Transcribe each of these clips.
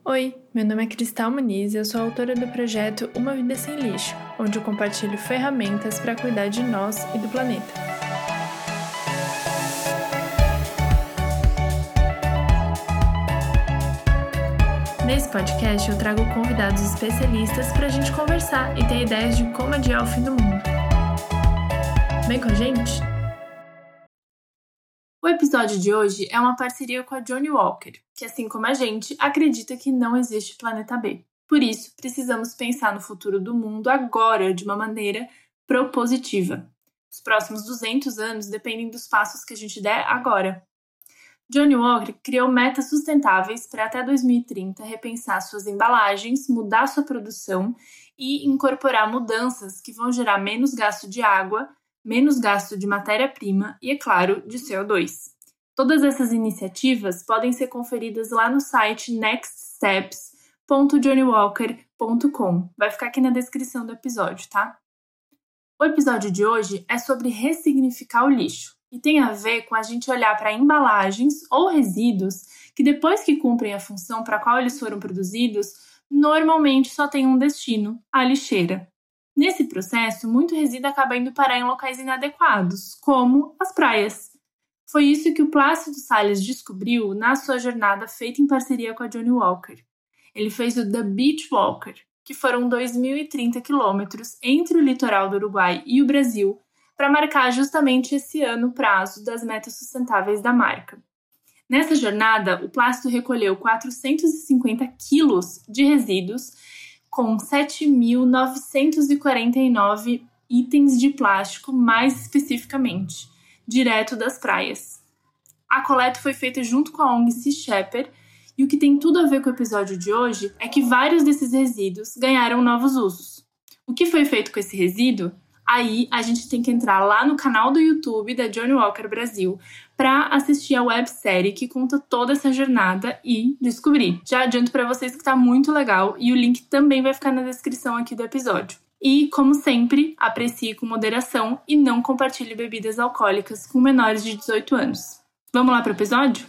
Oi, meu nome é Cristal Muniz e eu sou autora do projeto Uma Vida Sem Lixo, onde eu compartilho ferramentas para cuidar de nós e do planeta. Nesse podcast eu trago convidados especialistas para a gente conversar e ter ideias de como adiar o fim do mundo. Vem com a gente? O episódio de hoje é uma parceria com a Johnnie Walker, que, assim como a gente, acredita que não existe planeta B. Por isso, precisamos pensar no futuro do mundo agora de uma maneira propositiva. Os próximos 200 anos dependem dos passos que a gente der agora. Johnnie Walker criou metas sustentáveis para até 2030 repensar suas embalagens, mudar sua produção e incorporar mudanças que vão gerar menos gasto de água, menos gasto de matéria-prima e, é claro, de CO2. Todas essas iniciativas podem ser conferidas lá no site nextsteps.johnniewalker.com. Vai ficar aqui na descrição do episódio, tá? O episódio de hoje é sobre ressignificar o lixo e tem a ver com a gente olhar para embalagens ou resíduos que, depois que cumprem a função para a qual eles foram produzidos, normalmente só tem um destino, a lixeira. Nesse processo, muito resíduo acaba indo parar em locais inadequados, como as praias. Foi isso que o Plácido Salles descobriu na sua jornada feita em parceria com a Johnnie Walker. Ele fez o The Beach Walker, que foram 2.030 quilômetros entre o litoral do Uruguai e o Brasil, para marcar justamente esse ano o prazo das metas sustentáveis da marca. Nessa jornada, o Plácido recolheu 450 quilos de resíduos com 7.949 itens de plástico, mais especificamente, direto das praias. A coleta foi feita junto com a ONG Sea Shepherd, e o que tem tudo a ver com o episódio de hoje é que vários desses resíduos ganharam novos usos. O que foi feito com esse resíduo? Aí a gente tem que entrar lá no canal do YouTube da Johnnie Walker Brasil para assistir a websérie que conta toda essa jornada e descobrir. Já adianto para vocês que está muito legal e o link também vai ficar na descrição aqui do episódio. E, como sempre, aprecie com moderação e não compartilhe bebidas alcoólicas com menores de 18 anos. Vamos lá para o episódio?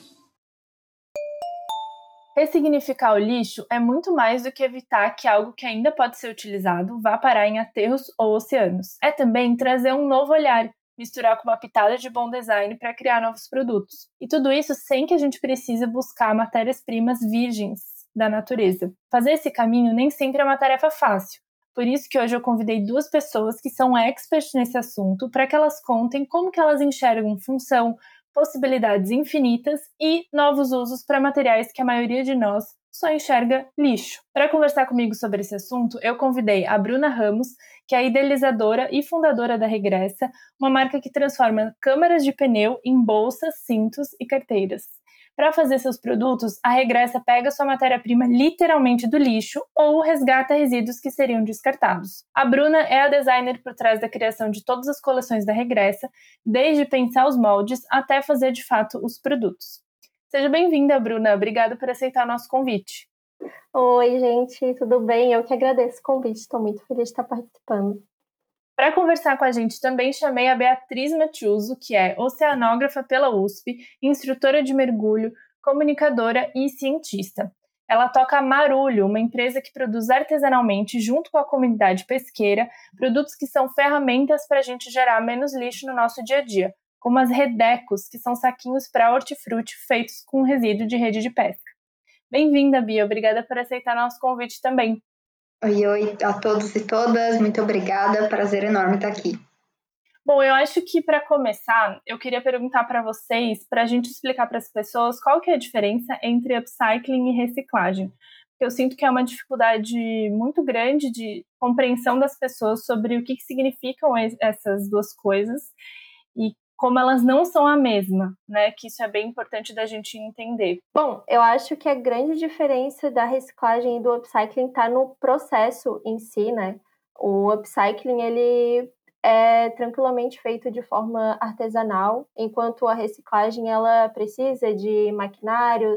Ressignificar o lixo é muito mais do que evitar que algo que ainda pode ser utilizado vá parar em aterros ou oceanos. É também trazer um novo olhar, misturar com uma pitada de bom design para criar novos produtos. E tudo isso sem que a gente precise buscar matérias-primas virgens da natureza. Fazer esse caminho nem sempre é uma tarefa fácil. Por isso que hoje eu convidei duas pessoas que são experts nesse assunto para que elas contem como que elas enxergam função, possibilidades infinitas e novos usos para materiais que a maioria de nós só enxerga lixo. Para conversar comigo sobre esse assunto, eu convidei a Bruna Ramos, que é a idealizadora e fundadora da Regressa, uma marca que transforma câmaras de pneu em bolsas, cintos e carteiras. Para fazer seus produtos, a Regressa pega sua matéria-prima literalmente do lixo ou resgata resíduos que seriam descartados. A Bruna é a designer por trás da criação de todas as coleções da Regressa, desde pensar os moldes até fazer de fato os produtos. Seja bem-vinda, Bruna. Obrigada por aceitar o nosso convite. Oi, gente, tudo bem? Eu que agradeço o convite, estou muito feliz de estar participando. Para conversar com a gente, também chamei a Beatriz Matiuso, que é oceanógrafa pela USP, instrutora de mergulho, comunicadora e cientista. Ela toca a Marulho, uma empresa que produz artesanalmente, junto com a comunidade pesqueira, produtos que são ferramentas para a gente gerar menos lixo no nosso dia a dia, como as redecos, que são saquinhos para hortifruti feitos com resíduo de rede de pesca. Bem-vinda, Bia. Obrigada por aceitar nosso convite também. Oi a todos e todas, muito obrigada, prazer enorme estar aqui. Bom, eu acho que para começar, eu queria perguntar para vocês, para a gente explicar para as pessoas qual que é a diferença entre upcycling e reciclagem. Porque eu sinto que é uma dificuldade muito grande de compreensão das pessoas sobre o que significam essas duas coisas e como elas não são a mesma, né? Que isso é bem importante da gente entender. Bom, eu acho que a grande diferença da reciclagem e do upcycling está no processo em si, né? O upcycling, ele é tranquilamente feito de forma artesanal, enquanto a reciclagem, ela precisa de maquinários,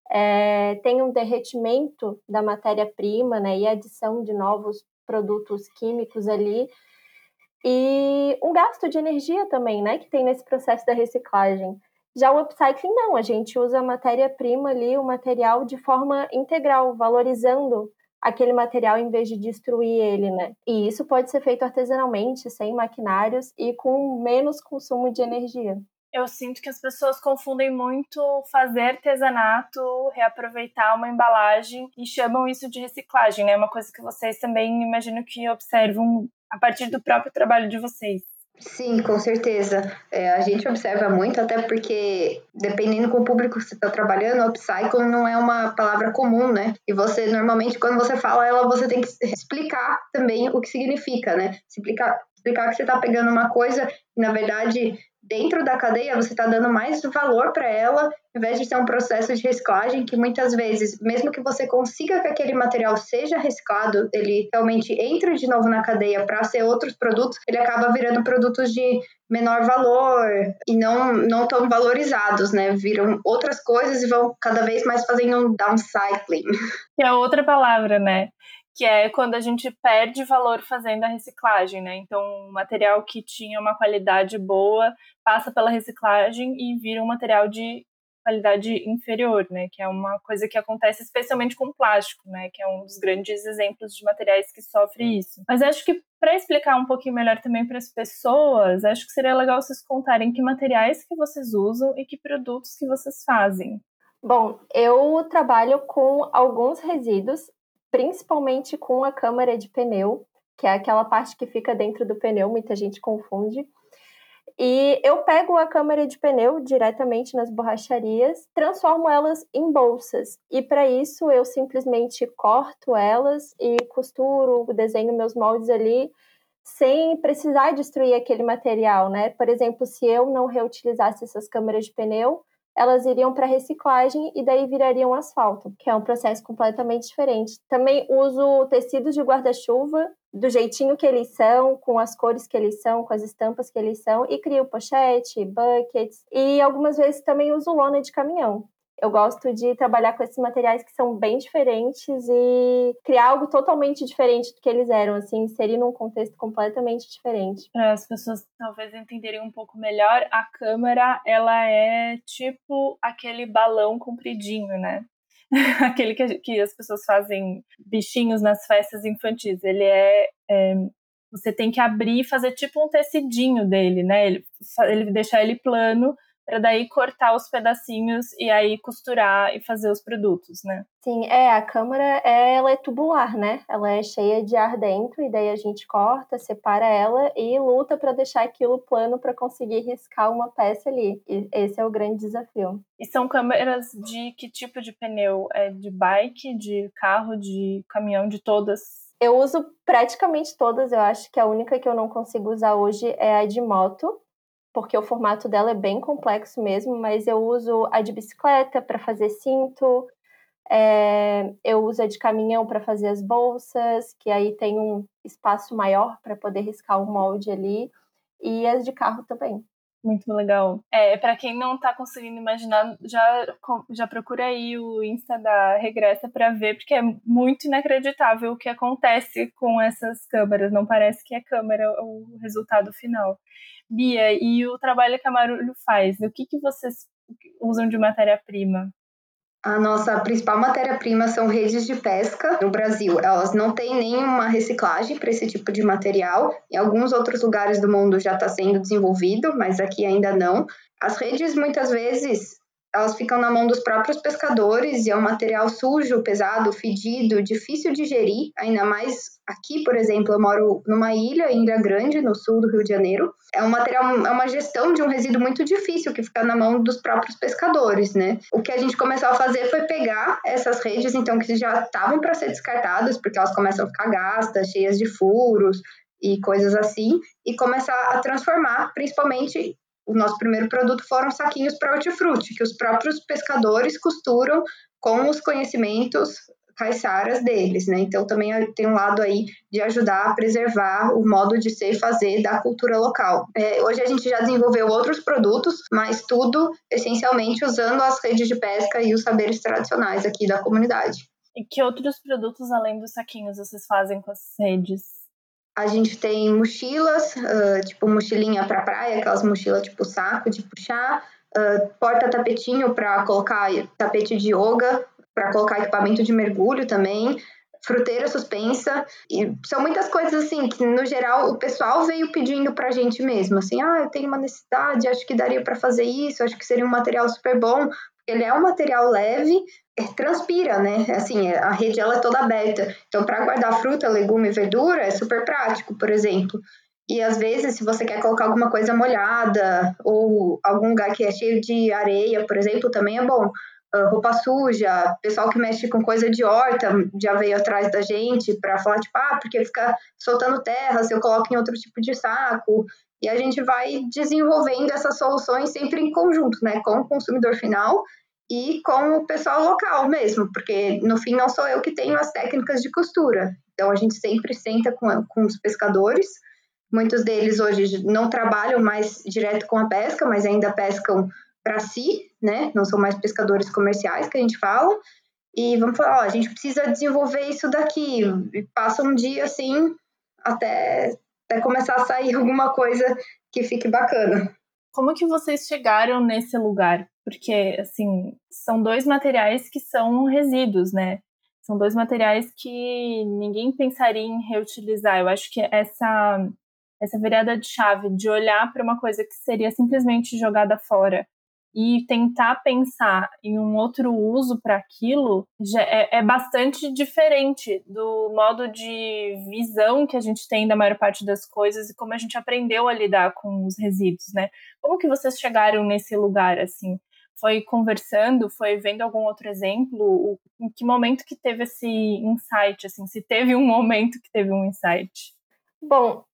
tem um derretimento da matéria-prima, né? E adição de novos produtos químicos ali, e um gasto de energia também, né, que tem nesse processo da reciclagem. Já o upcycling não, a gente usa a matéria-prima ali, o material de forma integral, valorizando aquele material em vez de destruir ele, né? E isso pode ser feito artesanalmente, sem maquinários e com menos consumo de energia. Eu sinto que as pessoas confundem muito fazer artesanato, reaproveitar uma embalagem e chamam isso de reciclagem, né? É uma coisa que vocês também imagino que observam a partir do próprio trabalho de vocês. Sim, com certeza. A gente observa muito, até porque, dependendo com o público que você está trabalhando, upcycle não é uma palavra comum, né? E você, normalmente, quando você fala ela, você tem que explicar também o que significa, né? Explicar que você está pegando uma coisa e, na verdade, dentro da cadeia, você está dando mais valor para ela, ao invés de ser um processo de reciclagem que muitas vezes, mesmo que você consiga que aquele material seja reciclado, ele realmente entre de novo na cadeia para ser outros produtos, ele acaba virando produtos de menor valor e não tão valorizados, né? Viram outras coisas e vão cada vez mais fazendo um downcycling. Que é outra palavra, né? Que é quando a gente perde valor fazendo a reciclagem, né? Então, um material que tinha uma qualidade boa passa pela reciclagem e vira um material de qualidade inferior, né? Que é uma coisa que acontece especialmente com plástico, né? Que é um dos grandes exemplos de materiais que sofre isso. Mas acho que para explicar um pouquinho melhor também para as pessoas, acho que seria legal vocês contarem que materiais que vocês usam e que produtos que vocês fazem. Bom, eu trabalho com alguns resíduos, principalmente com a câmara de pneu, que é aquela parte que fica dentro do pneu, muita gente confunde. E eu pego a câmara de pneu diretamente nas borracharias, transformo elas em bolsas. E para isso eu simplesmente corto elas e costuro, desenho meus moldes ali, sem precisar destruir aquele material, né? Por exemplo, se eu não reutilizasse essas câmaras de pneu, elas iriam para reciclagem e daí virariam asfalto, que é um processo completamente diferente. Também uso tecidos de guarda-chuva do jeitinho que eles são, com as cores que eles são, com as estampas que eles são, e crio pochete, buckets, e algumas vezes também uso lona de caminhão. Eu gosto de trabalhar com esses materiais que são bem diferentes e criar algo totalmente diferente do que eles eram, assim, inserir num contexto completamente diferente. Para as pessoas talvez entenderem um pouco melhor, a câmara, ela é tipo aquele balão compridinho, né? Aquele que as pessoas fazem bichinhos nas festas infantis. Ele você tem que abrir e fazer tipo um tecidinho dele, né? Ele deixar ele plano para daí cortar os pedacinhos e aí costurar e fazer os produtos, né? Sim, a câmara ela é tubular, né? Ela é cheia de ar dentro e daí a gente corta, separa ela e luta para deixar aquilo plano para conseguir riscar uma peça ali. E esse é o grande desafio. E são câmeras de que tipo de pneu? É de bike, de carro, de caminhão, de todas? Eu uso praticamente todas, eu acho que a única que eu não consigo usar hoje é a de moto, porque o formato dela é bem complexo mesmo, mas eu uso a de bicicleta para fazer cinto, eu uso a de caminhão para fazer as bolsas, que aí tem um espaço maior para poder riscar o molde ali, e as de carro também. Muito legal. Para quem não tá conseguindo imaginar, já procura aí o Insta da Regressa para ver, porque é muito inacreditável o que acontece com essas câmeras. Não parece que é câmera o resultado final. Bia, e o trabalho que a Marulho faz? O que vocês usam de matéria-prima? A nossa principal matéria-prima são redes de pesca no Brasil. Elas não têm nenhuma reciclagem para esse tipo de material. Em alguns outros lugares do mundo já está sendo desenvolvido, mas aqui ainda não. As redes, muitas vezes, elas ficam na mão dos próprios pescadores e é um material sujo, pesado, fedido, difícil de gerir, ainda mais aqui, por exemplo, eu moro numa ilha, em Ilha Grande, no sul do Rio de Janeiro. É um material, é uma gestão de um resíduo muito difícil que fica na mão dos próprios pescadores, né? O que a gente começou a fazer foi pegar essas redes, então, que já estavam para ser descartadas, porque elas começam a ficar gastas, cheias de furos e coisas assim, e começar a transformar, principalmente o nosso primeiro produto foram saquinhos para hortifruti, que os próprios pescadores costuram com os conhecimentos caiçaras deles, né? Então também tem um lado aí de ajudar a preservar o modo de ser e fazer da cultura local. Hoje a gente já desenvolveu outros produtos, mas tudo essencialmente usando as redes de pesca e os saberes tradicionais aqui da comunidade. E que outros produtos além dos saquinhos vocês fazem com as redes? A gente tem mochilas, tipo mochilinha para praia, aquelas mochilas tipo saco de puxar. porta-tapetinho para colocar tapete de yoga, para colocar equipamento de mergulho também, fruteira suspensa, e são muitas coisas assim que no geral o pessoal veio pedindo pra gente mesmo, assim, eu tenho uma necessidade, acho que daria para fazer isso, acho que seria um material super bom, ele é um material leve, transpira, né, assim, a rede ela é toda aberta, então para guardar fruta, legume e verdura é super prático, por exemplo. E às vezes, se você quer colocar alguma coisa molhada ou algum lugar que é cheio de areia, por exemplo, também é bom. Roupa suja, pessoal que mexe com coisa de horta já veio atrás da gente para falar, tipo, porque fica soltando terra, se eu coloco em outro tipo de saco. E a gente vai desenvolvendo essas soluções sempre em conjunto, né, com o consumidor final e com o pessoal local mesmo, porque no fim não sou eu que tenho as técnicas de costura. Então a gente sempre senta com os pescadores. Muitos deles hoje não trabalham mais direto com a pesca, mas ainda pescam para si, né? Não são mais pescadores comerciais que a gente fala. E vamos falar, a gente precisa desenvolver isso daqui. E passa um dia assim, até começar a sair alguma coisa que fique bacana. Como que vocês chegaram nesse lugar? Porque, assim, são 2 materiais que são resíduos, né? São 2 materiais que ninguém pensaria em reutilizar. Eu acho que essa virada de chave de olhar para uma coisa que seria simplesmente jogada fora e tentar pensar em um outro uso para aquilo já é bastante diferente do modo de visão que a gente tem da maior parte das coisas e como a gente aprendeu a lidar com os resíduos, né? Como que vocês chegaram nesse lugar, assim? Foi conversando? Foi vendo algum outro exemplo? Em que momento que teve esse insight, assim? Se teve um momento que teve um insight? Bom,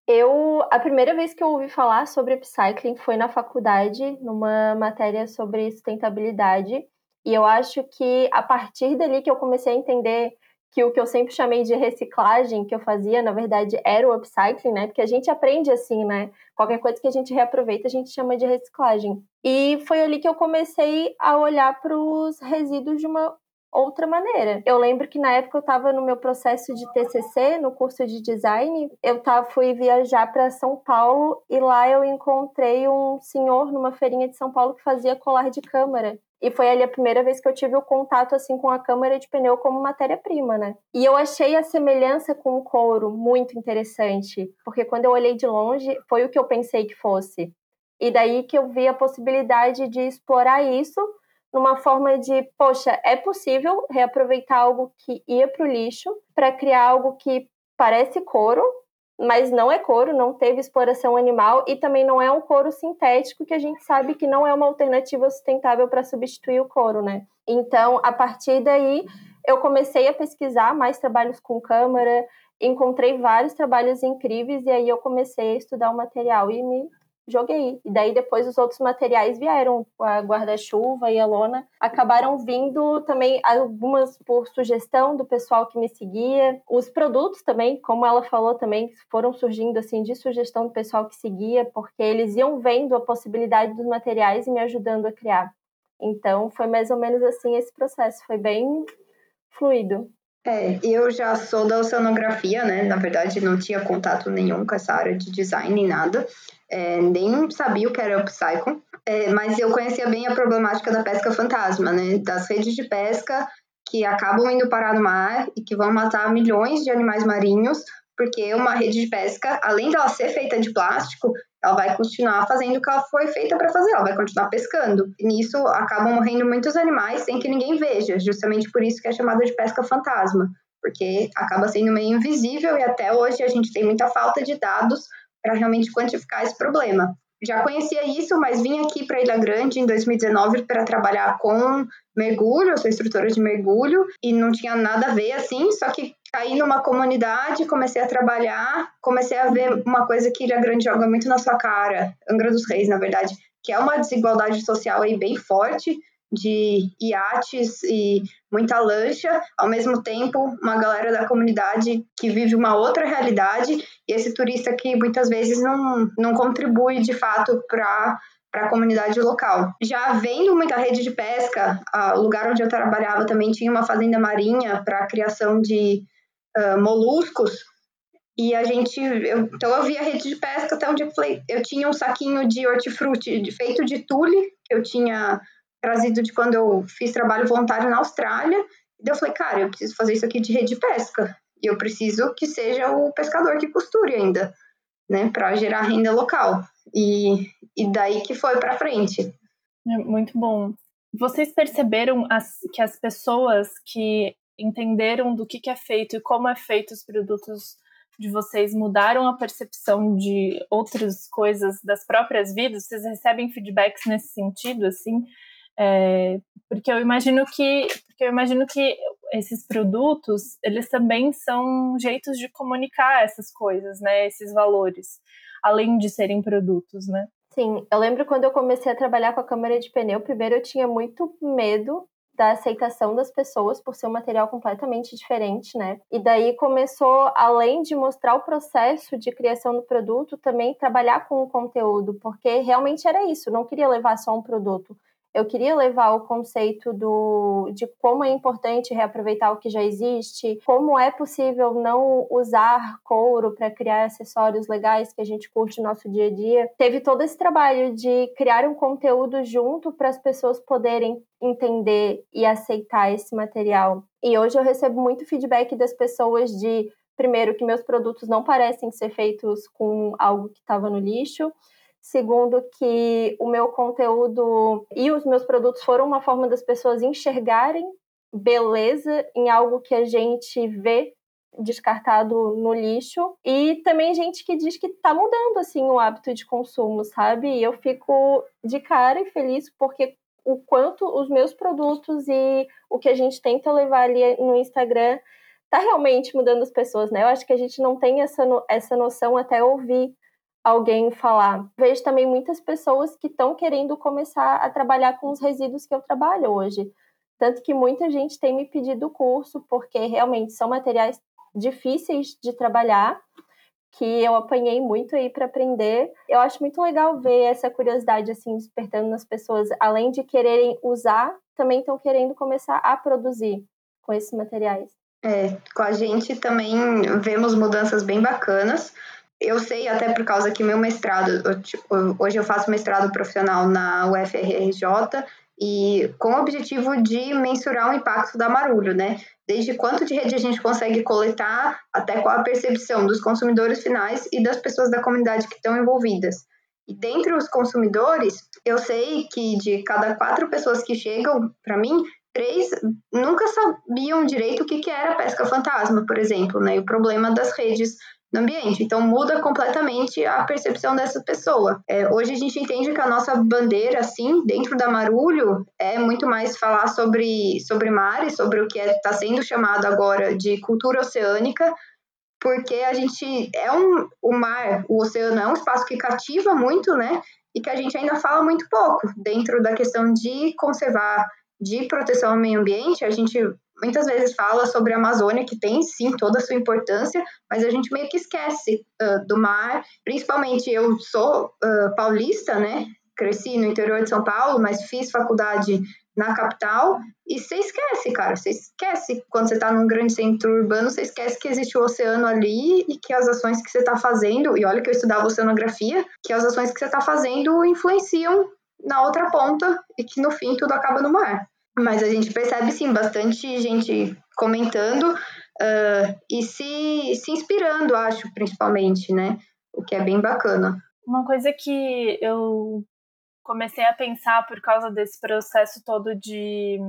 a primeira vez que eu ouvi falar sobre upcycling foi na faculdade, numa matéria sobre sustentabilidade, e eu acho que a partir dali que eu comecei a entender que o que eu sempre chamei de reciclagem que eu fazia, na verdade, era o upcycling, né? Porque a gente aprende assim, né? Qualquer coisa que a gente reaproveita, a gente chama de reciclagem. E foi ali que eu comecei a olhar para os resíduos de uma outra maneira. Eu lembro que na época eu estava no meu processo de TCC, no curso de design, fui viajar para São Paulo e lá eu encontrei um senhor numa feirinha de São Paulo que fazia colar de câmara. E foi ali a primeira vez que eu tive o contato assim com a câmara de pneu como matéria-prima, né? E eu achei a semelhança com o couro muito interessante, porque quando eu olhei de longe, foi o que eu pensei que fosse. E daí que eu vi a possibilidade de explorar isso numa forma de, poxa, é possível reaproveitar algo que ia para o lixo para criar algo que parece couro, mas não é couro, não teve exploração animal e também não é um couro sintético, que a gente sabe que não é uma alternativa sustentável para substituir o couro, né? Então, a partir daí, eu comecei a pesquisar mais trabalhos com câmara, encontrei vários trabalhos incríveis e aí eu comecei a estudar o material e me joguei. E daí depois os outros materiais vieram, a guarda-chuva e a lona, acabaram vindo também, algumas por sugestão do pessoal que me seguia. Os produtos também, como ela falou também, foram surgindo assim de sugestão do pessoal que seguia, porque eles iam vendo a possibilidade dos materiais e me ajudando a criar. Então foi mais ou menos assim esse processo, foi bem fluido. Eu já sou da oceanografia, né? Na verdade, não tinha contato nenhum com essa área de design nem nada. Nem sabia o que era upcycle, mas eu conhecia bem a problemática da pesca fantasma, né? Das redes de pesca que acabam indo parar no mar e que vão matar milhões de animais marinhos, porque uma rede de pesca, além dela ser feita de plástico, ela vai continuar fazendo o que ela foi feita para fazer, ela vai continuar pescando. E nisso acabam morrendo muitos animais sem que ninguém veja, justamente por isso que é chamada de pesca fantasma, porque acaba sendo meio invisível e até hoje a gente tem muita falta de dados para realmente quantificar esse problema. Já conhecia isso, mas vim aqui para Ilha Grande em 2019 para trabalhar com mergulho, eu sou instrutora de mergulho e não tinha nada a ver assim, só que caí numa comunidade, comecei a trabalhar, comecei a ver uma coisa que Ilha Grande joga muito na sua cara, Angra dos Reis, na verdade, que é uma desigualdade social aí bem forte, de iates e muita lancha, ao mesmo tempo uma galera da comunidade que vive uma outra realidade e esse turista que muitas vezes não contribui de fato para a comunidade local. Já vendo muita rede de pesca, o lugar onde eu trabalhava também tinha uma fazenda marinha para a criação de moluscos, E então eu vi a rede de pesca até onde eu tinha um saquinho de hortifruti feito de tule, que eu tinha trazido de quando eu fiz trabalho voluntário na Austrália. E daí eu falei, cara, eu preciso fazer isso aqui de rede de pesca. E eu preciso que seja o pescador que costure ainda, né, para gerar renda local. E daí que foi para frente. Muito bom. Vocês perceberam que as pessoas que entenderam do que é feito e como é feito os produtos de vocês mudaram a percepção de outras coisas das próprias vidas? Vocês recebem feedbacks nesse sentido, assim? Porque eu imagino que esses produtos, eles também são jeitos de comunicar essas coisas, né? Esses valores, além de serem produtos, né? Sim, eu lembro quando eu comecei a trabalhar com a câmara de pneu, primeiro eu tinha muito medo da aceitação das pessoas por ser um material completamente diferente, né? E daí começou, além de mostrar o processo de criação do produto, também trabalhar com o conteúdo, porque realmente era isso, não queria levar só um produto. Eu queria levar o conceito de como é importante reaproveitar o que já existe, como é possível não usar couro para criar acessórios legais que a gente curte no nosso dia a dia. Teve todo esse trabalho de criar um conteúdo junto para as pessoas poderem entender e aceitar esse material. E hoje eu recebo muito feedback das pessoas de, primeiro, que meus produtos não parecem ser feitos com algo que estava no lixo. Segundo, que o meu conteúdo e os meus produtos foram uma forma das pessoas enxergarem beleza em algo que a gente vê descartado no lixo. E também gente que diz que está mudando assim o hábito de consumo, sabe? E eu fico de cara e feliz porque o quanto os meus produtos e o que a gente tenta levar ali no Instagram está realmente mudando as pessoas, né? Eu acho que a gente não tem essa noção até ouvir alguém falar. Vejo também muitas pessoas que estão querendo começar a trabalhar com os resíduos que eu trabalho hoje. Tanto que muita gente tem me pedido curso, porque realmente são materiais difíceis de trabalhar, que eu apanhei muito aí para aprender. Eu acho muito legal ver essa curiosidade assim despertando nas pessoas, além de quererem usar, também estão querendo começar a produzir com esses materiais. Com a gente também vemos mudanças bem bacanas. Eu sei, até por causa que meu mestrado, hoje eu faço mestrado profissional na UFRJ e com o objetivo de mensurar o impacto da Marulho, né? Desde quanto de rede a gente consegue coletar até qual a percepção dos consumidores finais e das pessoas da comunidade que estão envolvidas. E dentre os consumidores, eu sei que de cada 4 pessoas que chegam para mim, 3 nunca sabiam direito o que era pesca fantasma, por exemplo, né? E o problema das redes no ambiente. Então, muda completamente a percepção dessa pessoa. Hoje a gente entende que a nossa bandeira, assim, dentro da Marulho, é muito mais falar sobre mares, sobre o que está sendo chamado agora de cultura oceânica, porque a gente o mar, o oceano é um espaço que cativa muito, né? E que a gente ainda fala muito pouco dentro da questão de conservar, de proteção ao meio ambiente. A gente muitas vezes fala sobre a Amazônia, que tem sim toda a sua importância, mas a gente meio que esquece do mar. Principalmente eu sou paulista, né? Cresci no interior de São Paulo, mas fiz faculdade na capital, e você esquece, cara, você esquece quando você está num grande centro urbano, você esquece que existe o oceano ali e que as ações que você está fazendo, e olha que eu estudava oceanografia, que as ações que você está fazendo influenciam na outra ponta e que no fim tudo acaba no mar. Mas a gente percebe sim bastante gente comentando e se inspirando, acho, principalmente, né? O que é bem bacana. Uma coisa que eu comecei a pensar por causa desse processo todo de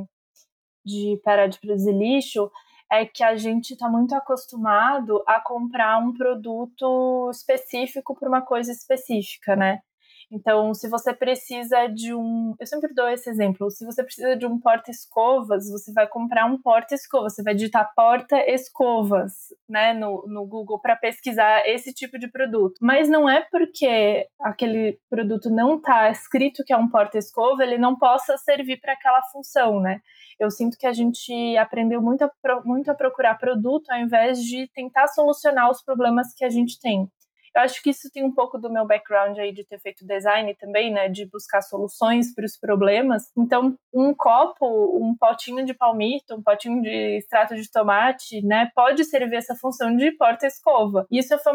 parar de produzir lixo é que a gente está muito acostumado a comprar um produto específico para uma coisa específica, né? Então, se você precisa de eu sempre dou esse exemplo, se você precisa de um porta-escovas, você vai comprar um porta-escovas, você vai digitar porta-escovas, né, no Google para pesquisar esse tipo de produto. Mas não é porque aquele produto não está escrito que é um porta-escova, ele não possa servir para aquela função, né? Eu sinto que a gente aprendeu muito a procurar produto ao invés de tentar solucionar os problemas que a gente tem. Eu acho que isso tem um pouco do meu background aí de ter feito design também, né, de buscar soluções para os problemas. Então, um copo, um potinho de palmito, um potinho de extrato de tomate, né, pode servir essa função de porta-escova. Isso foi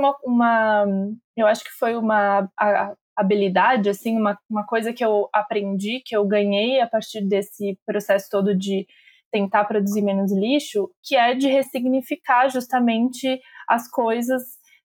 eu acho que foi uma habilidade, assim, uma coisa que eu aprendi, que eu ganhei a partir desse processo todo de tentar produzir menos lixo, que é de ressignificar justamente as coisas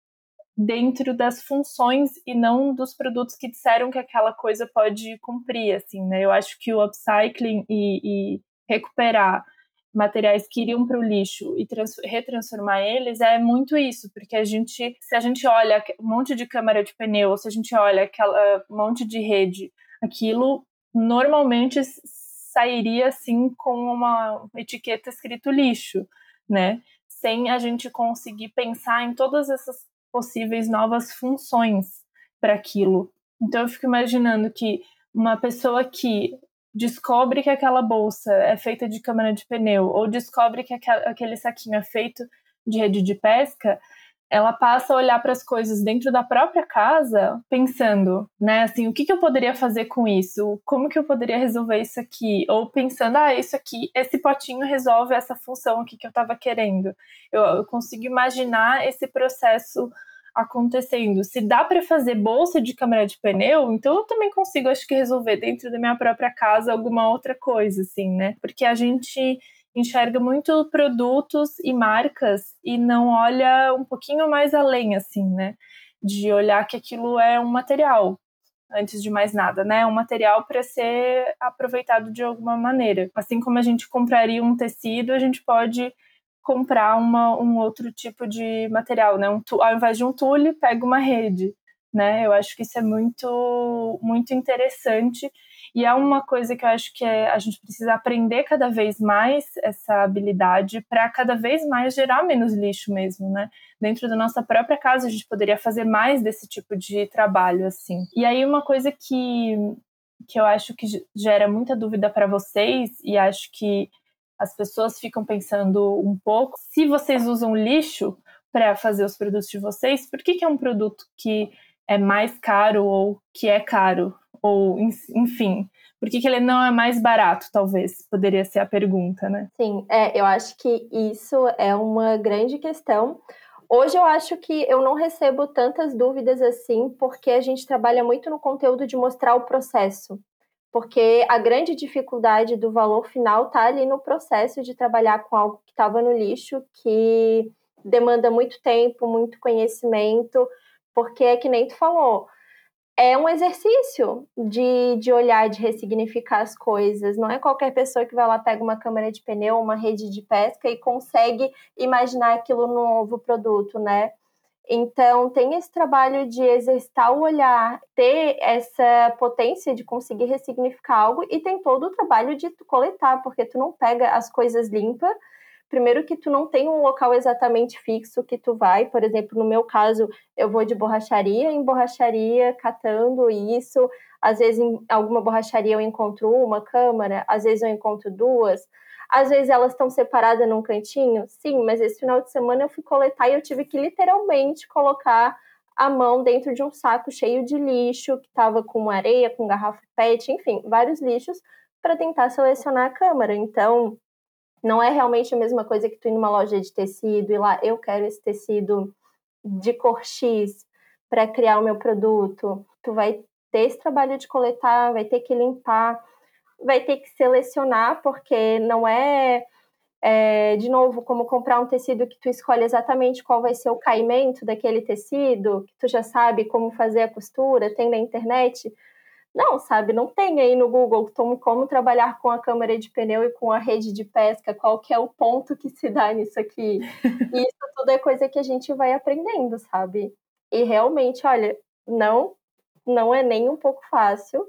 dentro das funções e não dos produtos que disseram que aquela coisa pode cumprir, assim, né? Eu acho que o upcycling e recuperar materiais que iriam para o lixo e retransformar eles é muito isso, porque se a gente olha um monte de câmara de pneu, ou se a gente olha aquela monte de rede, aquilo normalmente sairia assim com uma etiqueta escrito lixo, né? Sem a gente conseguir pensar em todas essas possíveis novas funções para aquilo. Então eu fico imaginando que uma pessoa que descobre que aquela bolsa é feita de câmara de pneu ou descobre que aquele saquinho é feito de rede de pesca, ela passa a olhar para as coisas dentro da própria casa pensando, né, assim, o que eu poderia fazer com isso? Como que eu poderia resolver isso aqui? Ou pensando, isso aqui, esse potinho resolve essa função aqui que eu estava querendo. Eu consigo imaginar esse processo acontecendo. Se dá para fazer bolsa de câmara de pneu, então eu também consigo, acho que, resolver dentro da minha própria casa alguma outra coisa, assim, né? Porque a gente enxerga muito produtos e marcas e não olha um pouquinho mais além, assim, né? De olhar que aquilo é um material, antes de mais nada, né? Um material para ser aproveitado de alguma maneira. Assim como a gente compraria um tecido, a gente pode comprar um outro tipo de material, né? Ao invés de um tule, pega uma rede, né? Eu acho que isso é muito, muito interessante e é uma coisa que eu acho que a gente precisa aprender cada vez mais essa habilidade para cada vez mais gerar menos lixo mesmo, né? Dentro da nossa própria casa a gente poderia fazer mais desse tipo de trabalho, assim. E aí uma coisa que eu acho que gera muita dúvida para vocês e acho que as pessoas ficam pensando um pouco, se vocês usam lixo para fazer os produtos de vocês, por que é um produto que é mais caro ou que é caro? Ou, enfim, por que ele não é mais barato, talvez? Poderia ser a pergunta, né? Sim, eu acho que isso é uma grande questão. Hoje eu acho que eu não recebo tantas dúvidas assim, porque a gente trabalha muito no conteúdo de mostrar o processo. Porque a grande dificuldade do valor final está ali no processo de trabalhar com algo que estava no lixo, que demanda muito tempo, muito conhecimento, porque é que nem tu falou, é um exercício de olhar, de ressignificar as coisas. Não é qualquer pessoa que vai lá, pega uma câmara de pneu, uma rede de pesca e consegue imaginar aquilo no novo produto, né? Então, tem esse trabalho de exercitar o olhar, ter essa potência de conseguir ressignificar algo, e tem todo o trabalho de tu coletar, porque tu não pega as coisas limpas. Primeiro que tu não tem um local exatamente fixo que tu vai. Por exemplo, no meu caso, eu vou de borracharia em borracharia, catando isso. Às vezes, em alguma borracharia eu encontro uma câmara, às vezes eu encontro duas. Às vezes elas estão separadas num cantinho, sim, mas esse final de semana eu fui coletar e eu tive que literalmente colocar a mão dentro de um saco cheio de lixo, que estava com areia, com garrafa PET, enfim, vários lixos, para tentar selecionar a câmara. Então, não é realmente a mesma coisa que tu ir numa loja de tecido e lá, eu quero esse tecido de cor X para criar o meu produto. Tu vai ter esse trabalho de coletar, vai ter que limpar, vai ter que selecionar, porque não de novo, como comprar um tecido que tu escolhe exatamente qual vai ser o caimento daquele tecido, que tu já sabe como fazer a costura, tem na internet. Não, sabe, não tem aí no Google como trabalhar com a câmara de pneu e com a rede de pesca, qual que é o ponto que se dá nisso aqui. E isso tudo é coisa que a gente vai aprendendo, sabe? E realmente, olha, não é nem um pouco fácil,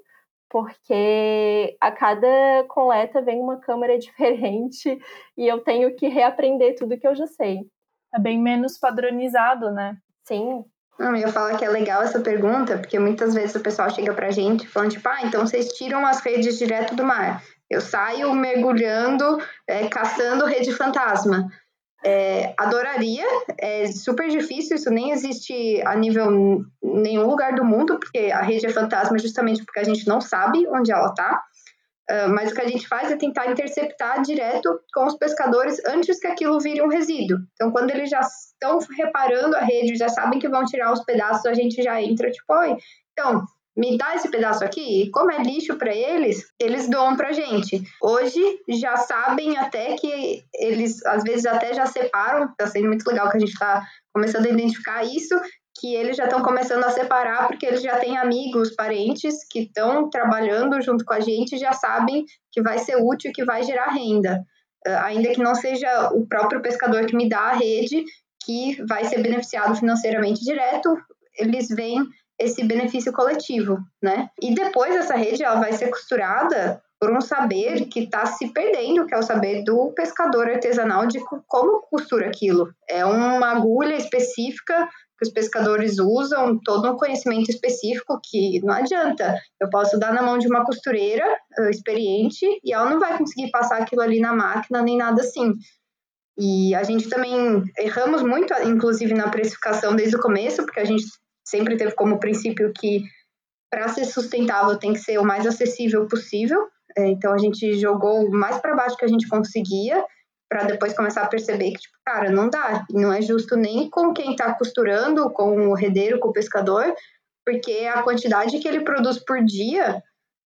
porque a cada coleta vem uma câmera diferente e eu tenho que reaprender tudo que eu já sei. É bem menos padronizado, né? Sim. Não, eu ia falar que é legal essa pergunta, porque muitas vezes o pessoal chega pra gente falando, tipo, então vocês tiram as redes direto do mar. Eu saio mergulhando, caçando rede fantasma. Adoraria, é super difícil, isso nem existe a nível nenhum lugar do mundo, porque a rede é fantasma justamente porque a gente não sabe onde ela está. Mas o que a gente faz é tentar interceptar direto com os pescadores antes que aquilo vire um resíduo. Então, quando eles já estão reparando a rede, já sabem que vão tirar os pedaços, a gente já entra tipo, oi, então, me dá esse pedaço aqui, e como é lixo para eles doam pra gente. Hoje, já sabem até que eles, às vezes, até já separam, tá sendo muito legal que a gente tá começando a identificar isso, que eles já estão começando a separar, porque eles já têm amigos, parentes que estão trabalhando junto com a gente e já sabem que vai ser útil, que vai gerar renda. Ainda que não seja o próprio pescador que me dá a rede, que vai ser beneficiado financeiramente direto, eles veem esse benefício coletivo, né? E depois essa rede ela vai ser costurada por um saber que está se perdendo, que é o saber do pescador artesanal de como costura aquilo. É uma agulha específica que os pescadores usam, todo um conhecimento específico que não adianta. Eu posso dar na mão de uma costureira experiente e ela não vai conseguir passar aquilo ali na máquina, nem nada assim. E a gente também erramos muito, inclusive na precificação desde o começo, porque a gente sempre teve como princípio que para ser sustentável tem que ser o mais acessível possível. Então a gente jogou o mais para baixo que a gente conseguia, para depois começar a perceber que, tipo, cara, não dá. E não é justo nem com quem está costurando, com o redeiro, com o pescador, porque a quantidade que ele produz por dia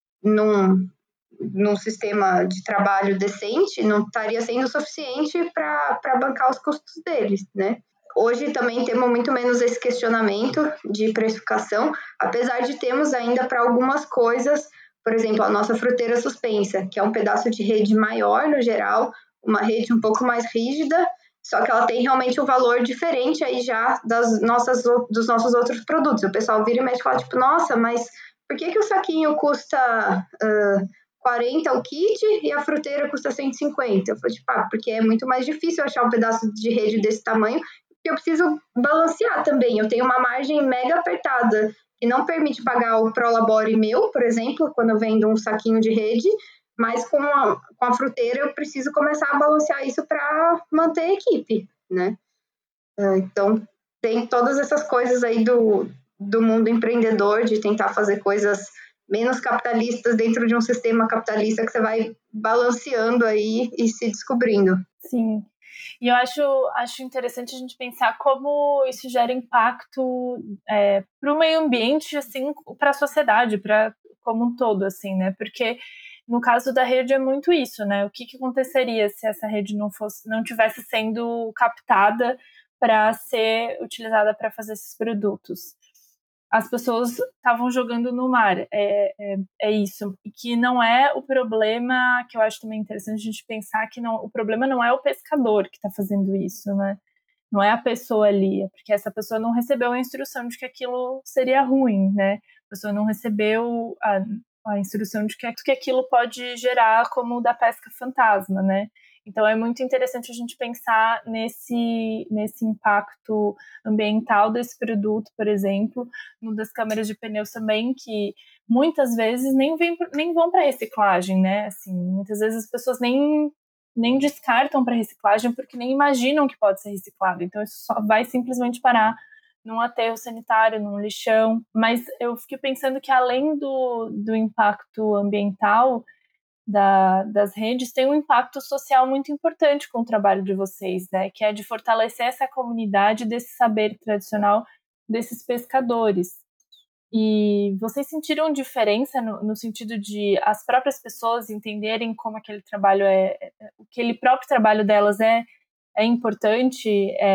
num sistema de trabalho decente não estaria sendo suficiente para bancar os custos deles, né? Hoje também temos muito menos esse questionamento de precificação, apesar de termos ainda para algumas coisas, por exemplo, a nossa fruteira suspensa, que é um pedaço de rede maior no geral, uma rede um pouco mais rígida, só que ela tem realmente um valor diferente aí já dos nossos outros produtos. O pessoal vira e mexe e fala, tipo, nossa, mas por que o saquinho custa 40 o kit e a fruteira custa 150? Eu falei, tipo, porque é muito mais difícil achar um pedaço de rede desse tamanho, eu preciso balancear também. Eu tenho uma margem mega apertada que não permite pagar o Prolabore meu, por exemplo, quando eu vendo um saquinho de rede, mas com a fruteira eu preciso começar a balancear isso para manter a equipe, né? Então, tem todas essas coisas aí do mundo empreendedor, de tentar fazer coisas menos capitalistas dentro de um sistema capitalista que você vai balanceando aí e se descobrindo. Sim. E eu acho interessante a gente pensar como isso gera impacto para o meio ambiente, assim, para a sociedade, como um todo, assim, né? Porque no caso da rede é muito isso, né? O que aconteceria se essa rede não tivesse sendo captada para ser utilizada para fazer esses produtos? As pessoas estavam jogando no mar, é isso. E que não é o problema, que eu acho também interessante a gente pensar que o problema não é o pescador que está fazendo isso, né? Não é a pessoa ali, é porque essa pessoa não recebeu a instrução de que aquilo seria ruim, né? A pessoa não recebeu a instrução de que aquilo pode gerar como o da pesca fantasma, né? Então é muito interessante a gente pensar nesse impacto ambiental desse produto, por exemplo, no das câmeras de pneus também, que muitas vezes nem vão para reciclagem, né? Assim, muitas vezes as pessoas nem descartam para reciclagem porque nem imaginam que pode ser reciclado. Então isso só vai simplesmente parar num aterro sanitário, num lixão. Mas eu fiquei pensando que além do impacto ambiental das redes, tem um impacto social muito importante com o trabalho de vocês, né? Que é de fortalecer essa comunidade desse saber tradicional desses pescadores. E vocês sentiram diferença no sentido de as próprias pessoas entenderem como aquele trabalho aquele próprio trabalho delas é importante,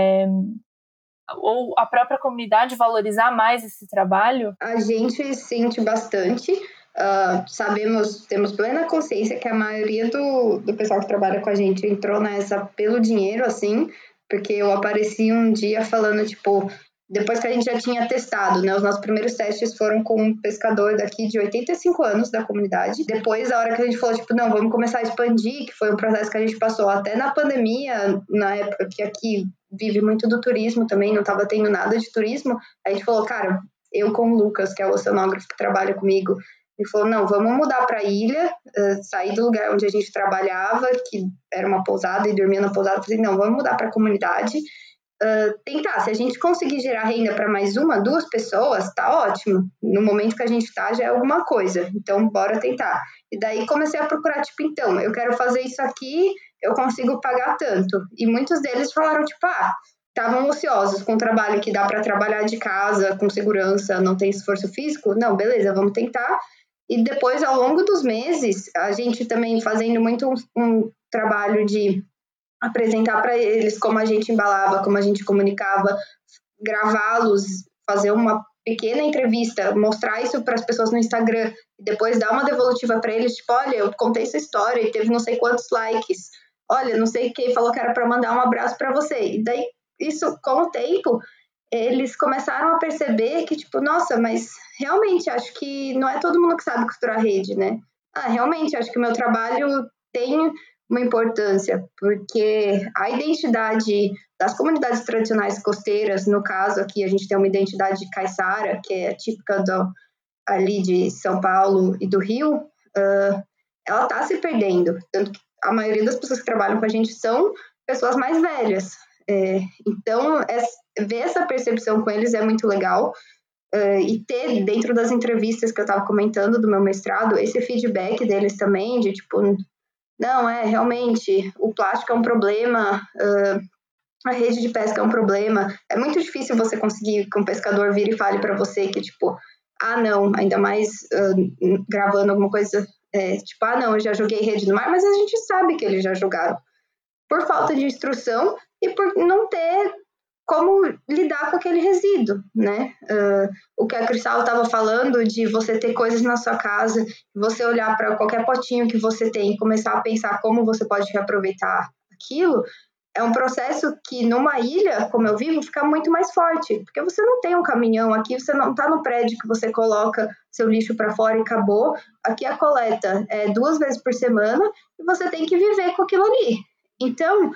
ou a própria comunidade valorizar mais esse trabalho? A gente sente bastante. Temos plena consciência que a maioria do pessoal que trabalha com a gente entrou nessa pelo dinheiro, assim, porque eu apareci um dia falando, tipo, depois que a gente já tinha testado, né, os nossos primeiros testes foram com um pescador daqui de 85 anos da comunidade. Depois, a hora que a gente falou, tipo, não, vamos começar a expandir, que foi um processo que a gente passou até na pandemia, na época que aqui vive muito do turismo também, não estava tendo nada de turismo, a gente falou, cara, eu com o Lucas, que é o oceanógrafo que trabalha comigo Ele falou, não, vamos mudar para a ilha, sair do lugar onde a gente trabalhava, que era uma pousada, e dormia na pousada. Eu falei, não, vamos mudar para a comunidade. Tentar, se a gente conseguir gerar renda para mais 1, 2 pessoas, tá ótimo. No momento que a gente tá, já é alguma coisa. Então, bora tentar. E daí comecei a procurar, tipo, então, eu quero fazer isso aqui, eu consigo pagar tanto. E muitos deles falaram, tipo, estavam ociosos com o trabalho que dá para trabalhar de casa, com segurança, não tem esforço físico. Não, beleza, vamos tentar. E depois, ao longo dos meses, a gente também fazendo muito um trabalho de apresentar para eles como a gente embalava, como a gente comunicava, gravá-los, fazer uma pequena entrevista, mostrar isso para as pessoas no Instagram e depois dar uma devolutiva para eles, tipo, olha, eu contei essa história e teve não sei quantos likes, olha, não sei quem falou que era para mandar um abraço para você. E daí, isso, com o tempo, eles começaram a perceber que, tipo, nossa, mas realmente acho que não é todo mundo que sabe costurar rede, né? Realmente acho que o meu trabalho tem uma importância, porque a identidade das comunidades tradicionais costeiras, no caso aqui a gente tem uma identidade caiçara, que é típica ali de São Paulo e do Rio, ela está se perdendo, tanto que a maioria das pessoas que trabalham com a gente são pessoas mais velhas, então ver essa percepção com eles é muito legal, e ter dentro das entrevistas que eu estava comentando do meu mestrado, esse feedback deles também, de tipo, não, realmente, o plástico é um problema, a rede de pesca é um problema. É muito difícil você conseguir que um pescador vire e fale para você que, tipo, não, ainda mais gravando alguma coisa, tipo, não, eu já joguei rede no mar, mas a gente sabe que eles já jogaram. Por falta de instrução e por não ter como lidar com aquele resíduo, né? O que a Cristal estava falando de você ter coisas na sua casa, você olhar para qualquer potinho que você tem e começar a pensar como você pode reaproveitar aquilo, é um processo que numa ilha, como eu vivo, fica muito mais forte, porque você não tem um caminhão aqui, você não está no prédio que você coloca seu lixo para fora e acabou. Aqui a coleta é 2 vezes por semana e você tem que viver com aquilo ali. Então,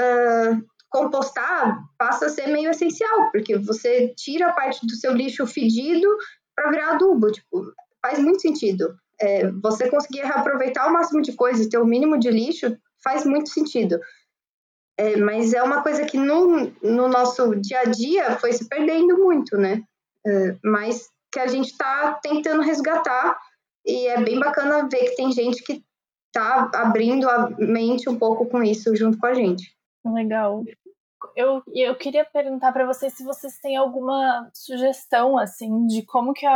compostar passa a ser meio essencial, porque você tira a parte do seu lixo fedido para virar adubo, tipo, faz muito sentido. Você conseguir reaproveitar o máximo de coisas, ter o mínimo de lixo, faz muito sentido. Mas é uma coisa que no nosso dia a dia foi se perdendo muito, né? Mas que a gente está tentando resgatar, e é bem bacana ver que tem gente que está abrindo a mente um pouco com isso junto com a gente. Legal. Eu queria perguntar para vocês se vocês têm alguma sugestão, assim, de como que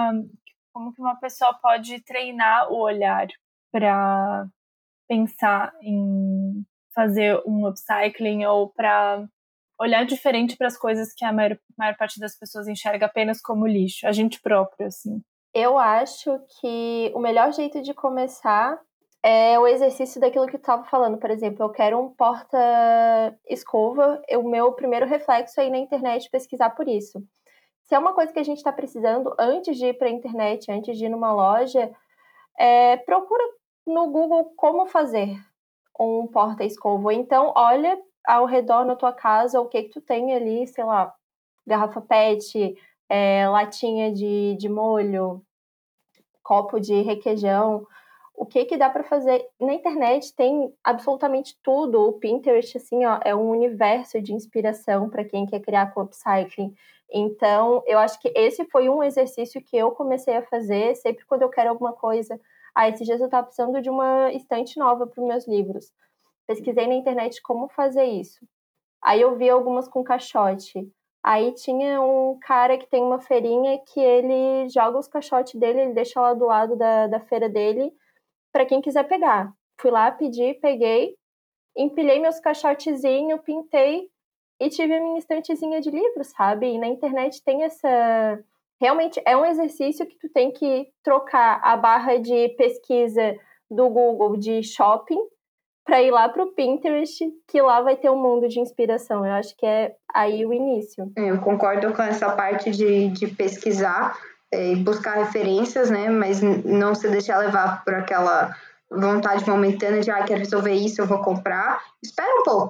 uma pessoa pode treinar o olhar para pensar em fazer um upcycling ou para olhar diferente para as coisas que a maior parte das pessoas enxerga apenas como lixo, a gente próprio, assim. Eu acho que o melhor jeito de começar é o exercício daquilo que tu estava falando. Por exemplo, eu quero um porta-escova, o meu primeiro reflexo é ir na internet pesquisar por isso. Se é uma coisa que a gente está precisando antes de ir para a internet, antes de ir numa loja, procura no Google como fazer um porta-escova. Ou então, olha ao redor na tua casa o que tu tem ali, sei lá, garrafa PET, latinha de molho, copo de requeijão. O que dá para fazer? Na internet tem absolutamente tudo. O Pinterest, assim, é um universo de inspiração para quem quer criar com upcycling. Então, eu acho que esse foi um exercício que eu comecei a fazer sempre quando eu quero alguma coisa. Esses dias eu estava precisando de uma estante nova para os meus livros. Pesquisei na internet como fazer isso. Aí eu vi algumas com caixote. Aí tinha um cara que tem uma feirinha que ele joga os caixotes dele, ele deixa lá do lado da feira dele para quem quiser pegar. Fui lá, pedi, peguei, empilhei meus caixotezinhos, pintei e tive a minha estantezinha de livros, sabe? E na internet tem essa... Realmente é um exercício que tu tem que trocar a barra de pesquisa do Google de shopping para ir lá para o Pinterest, que lá vai ter um mundo de inspiração. Eu acho que é aí o início. Eu concordo com essa parte de pesquisar e buscar referências, né? Mas não se deixar levar por aquela vontade momentânea de quero resolver isso, eu vou comprar. Espera um pouco.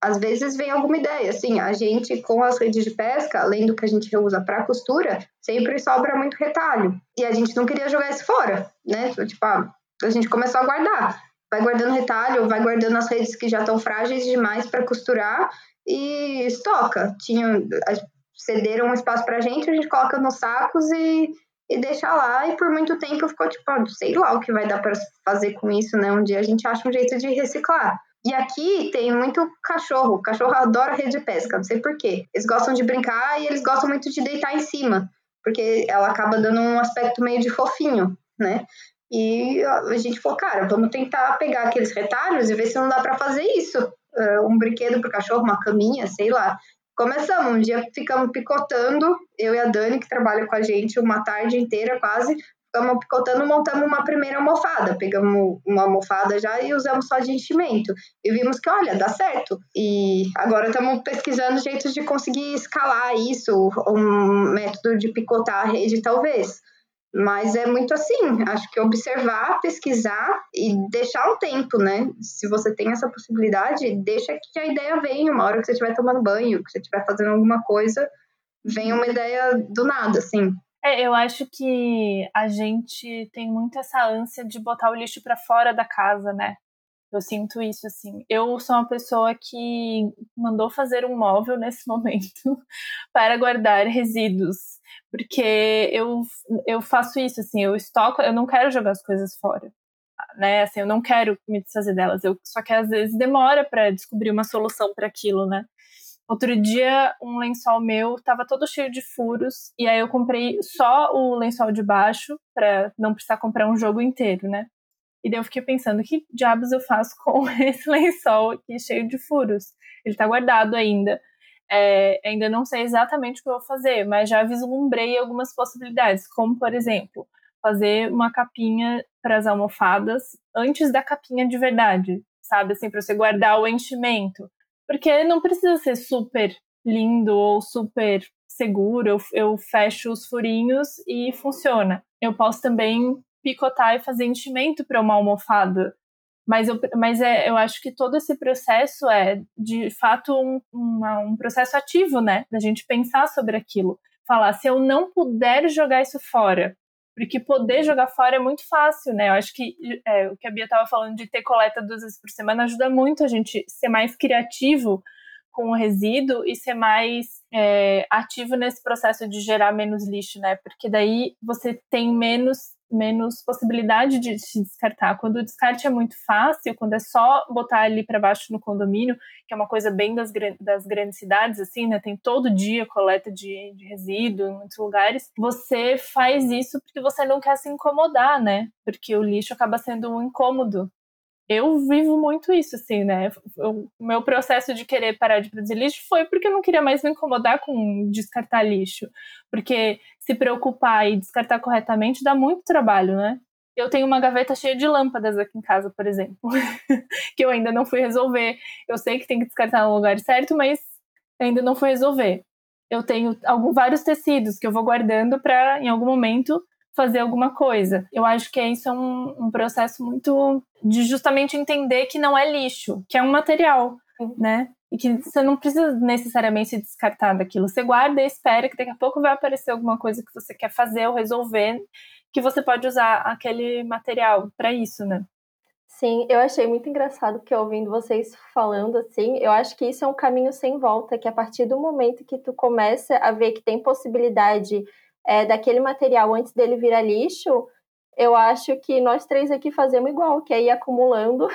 às vezes vem alguma ideia, assim, a gente com as redes de pesca, além do que a gente usa para costura, sempre sobra muito retalho, e a gente não queria jogar isso fora, né, tipo, a gente começou a guardar, vai guardando retalho, vai guardando as redes que já estão frágeis demais para costurar e estoca, cederam um espaço pra gente, a gente coloca nos sacos e deixa lá, e por muito tempo ficou tipo, sei lá o que vai dar para fazer com isso, né, um dia a gente acha um jeito de reciclar. E aqui tem muito cachorro. O cachorro adora rede de pesca, não sei porquê. Eles gostam de brincar e eles gostam muito de deitar em cima, porque ela acaba dando um aspecto meio de fofinho, né? E a gente falou, cara, vamos tentar pegar aqueles retalhos e ver se não dá para fazer isso. Um brinquedo pro cachorro, uma caminha, sei lá. Começamos, um dia ficamos picotando, eu e a Dani, que trabalha com a gente uma tarde inteira quase, ficamos picotando, montamos uma primeira almofada, pegamos uma almofada já e usamos só de enchimento, e vimos que, olha, dá certo, e agora estamos pesquisando jeitos de conseguir escalar isso, um método de picotar a rede talvez, mas é muito assim, acho que observar, pesquisar e deixar um tempo, né? Se você tem essa possibilidade, deixa que a ideia venha, uma hora que você estiver tomando banho, que você estiver fazendo alguma coisa, vem uma ideia do nada, assim. Eu acho que a gente tem muito essa ânsia de botar o lixo para fora da casa, né? Eu sinto isso, assim. Eu sou uma pessoa que mandou fazer um móvel nesse momento para guardar resíduos. Porque eu faço isso, assim, eu estoco, eu não quero jogar as coisas fora, né? Assim, eu não quero me desfazer delas. Só que às vezes demora para descobrir uma solução para aquilo, né? Outro dia, um lençol meu tava todo cheio de furos, e aí eu comprei só o lençol de baixo, pra não precisar comprar um jogo inteiro, né? E daí eu fiquei pensando, que diabos eu faço com esse lençol aqui cheio de furos? Ele tá guardado ainda. Ainda não sei exatamente o que eu vou fazer, mas já vislumbrei algumas possibilidades, como, por exemplo, fazer uma capinha para as almofadas antes da capinha de verdade, sabe? Assim, para você guardar o enchimento. Porque não precisa ser super lindo ou super seguro, eu fecho os furinhos e funciona. Eu posso também picotar e fazer enchimento para uma almofada. Eu acho que todo esse processo é, de fato, um processo ativo, né? Da gente pensar sobre aquilo. Falar, se eu não puder jogar isso fora, porque poder jogar fora é muito fácil, né? Eu acho que o que a Bia estava falando de ter coleta 2 vezes por semana ajuda muito a gente ser mais criativo com o resíduo e ser mais ativo nesse processo de gerar menos lixo, né? Porque daí você tem menos possibilidade de se descartar. Quando o descarte é muito fácil, quando é só botar ali para baixo no condomínio, que é uma coisa bem das grandes cidades, assim, né? Tem todo dia coleta de resíduo em muitos lugares. Você faz isso porque você não quer se incomodar, né? Porque o lixo acaba sendo um incômodo. Eu vivo muito isso, assim, né? O meu processo de querer parar de produzir lixo foi porque eu não queria mais me incomodar com descartar lixo. Porque se preocupar e descartar corretamente dá muito trabalho, né? Eu tenho uma gaveta cheia de lâmpadas aqui em casa, por exemplo, que eu ainda não fui resolver. Eu sei que tem que descartar no lugar certo, mas ainda não fui resolver. Eu tenho vários tecidos que eu vou guardando para, em algum momento, fazer alguma coisa. Eu acho que isso é um processo muito de justamente entender que não é lixo, que é um material, né? E que você não precisa necessariamente se descartar daquilo. Você guarda e espera que daqui a pouco vai aparecer alguma coisa que você quer fazer ou resolver, que você pode usar aquele material para isso, né? Sim, eu achei muito engraçado que ouvindo vocês falando assim, eu acho que isso é um caminho sem volta, que a partir do momento que tu começa a ver que tem possibilidade daquele material antes dele virar lixo, eu acho que nós três aqui fazemos igual, que é ir acumulando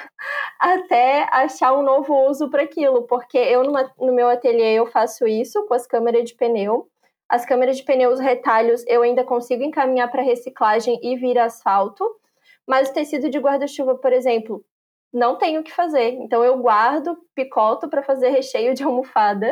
até achar um novo uso para aquilo, porque eu no meu ateliê eu faço isso com as câmeras de pneu. As câmeras de pneu, os retalhos, eu ainda consigo encaminhar para reciclagem e vir asfalto. Mas o tecido de guarda-chuva, por exemplo, não tenho o que fazer. Então eu guardo, picoto para fazer recheio de almofada.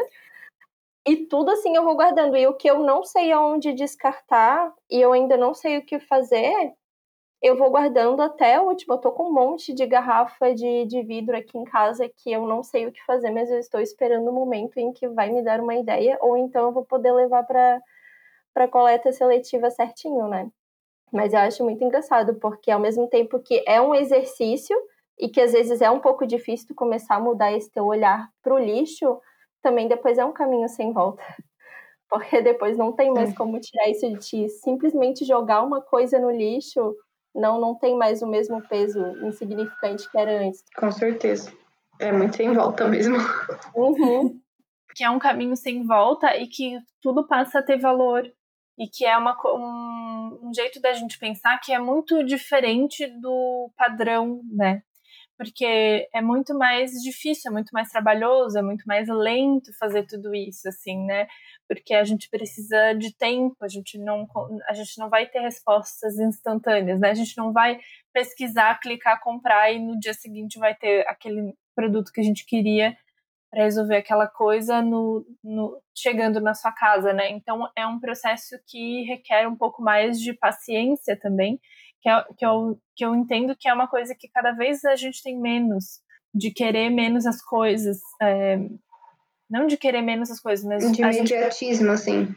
E tudo assim eu vou guardando. E o que eu não sei aonde descartar e eu ainda não sei o que fazer, eu vou guardando até o último. Eu tô com um monte de garrafa de vidro aqui em casa que eu não sei o que fazer, mas eu estou esperando o momento em que vai me dar uma ideia, ou então eu vou poder levar para coleta seletiva certinho, né? Mas eu acho muito engraçado, porque ao mesmo tempo que é um exercício e que às vezes é um pouco difícil tu começar a mudar esse teu olhar pro lixo, também depois é um caminho sem volta. Porque depois não tem mais como tirar isso de ti. Simplesmente jogar uma coisa no lixo não tem mais o mesmo peso insignificante que era antes. Com certeza. É muito sem volta mesmo. Uhum. Que é um caminho sem volta e que tudo passa a ter valor. E que é um jeito da gente pensar que é muito diferente do padrão, né? Porque é muito mais difícil, é muito mais trabalhoso, é muito mais lento fazer tudo isso, assim, né? Porque a gente precisa de tempo, a gente não vai ter respostas instantâneas, né? A gente não vai pesquisar, clicar, comprar e no dia seguinte vai ter aquele produto que a gente queria para resolver aquela coisa chegando na sua casa, né? Então é um processo que requer um pouco mais de paciência também, que eu entendo que é uma coisa que cada vez a gente tem menos, de querer menos as coisas, não de querer menos as coisas, mas De imediatismo, assim.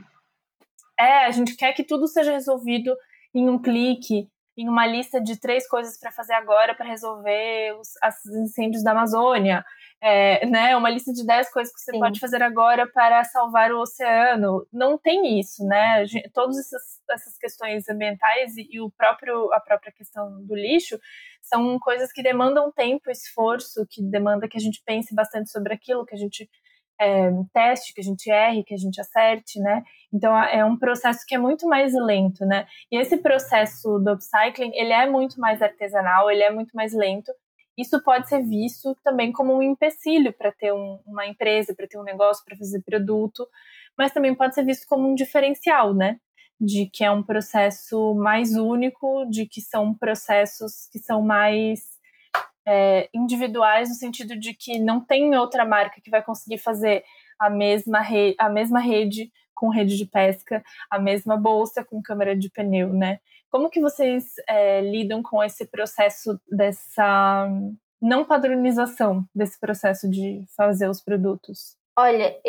a gente quer que tudo seja resolvido em um clique, em uma lista de 3 coisas para fazer agora para resolver os incêndios da Amazônia, né? Uma lista de 10 coisas que você Sim. pode fazer agora para salvar o oceano. Não tem isso, né? Todas essas questões ambientais e a própria questão do lixo são coisas que demandam tempo, esforço, que demanda que a gente pense bastante sobre aquilo, que a gente teste, que a gente erre, que a gente acerte, né? Então é um processo que é muito mais lento, né? E esse processo do upcycling, ele é muito mais artesanal, ele é muito mais lento. Isso pode ser visto também como um empecilho para ter uma empresa, para ter um negócio, para fazer produto, mas também pode ser visto como um diferencial, né? De que é um processo mais único, de que são processos que são mais individuais, no sentido de que não tem outra marca que vai conseguir fazer a mesma rede com rede de pesca, a mesma bolsa com câmara de pneu, né? Como que vocês lidam com esse processo dessa não padronização desse processo de fazer os produtos? Olha,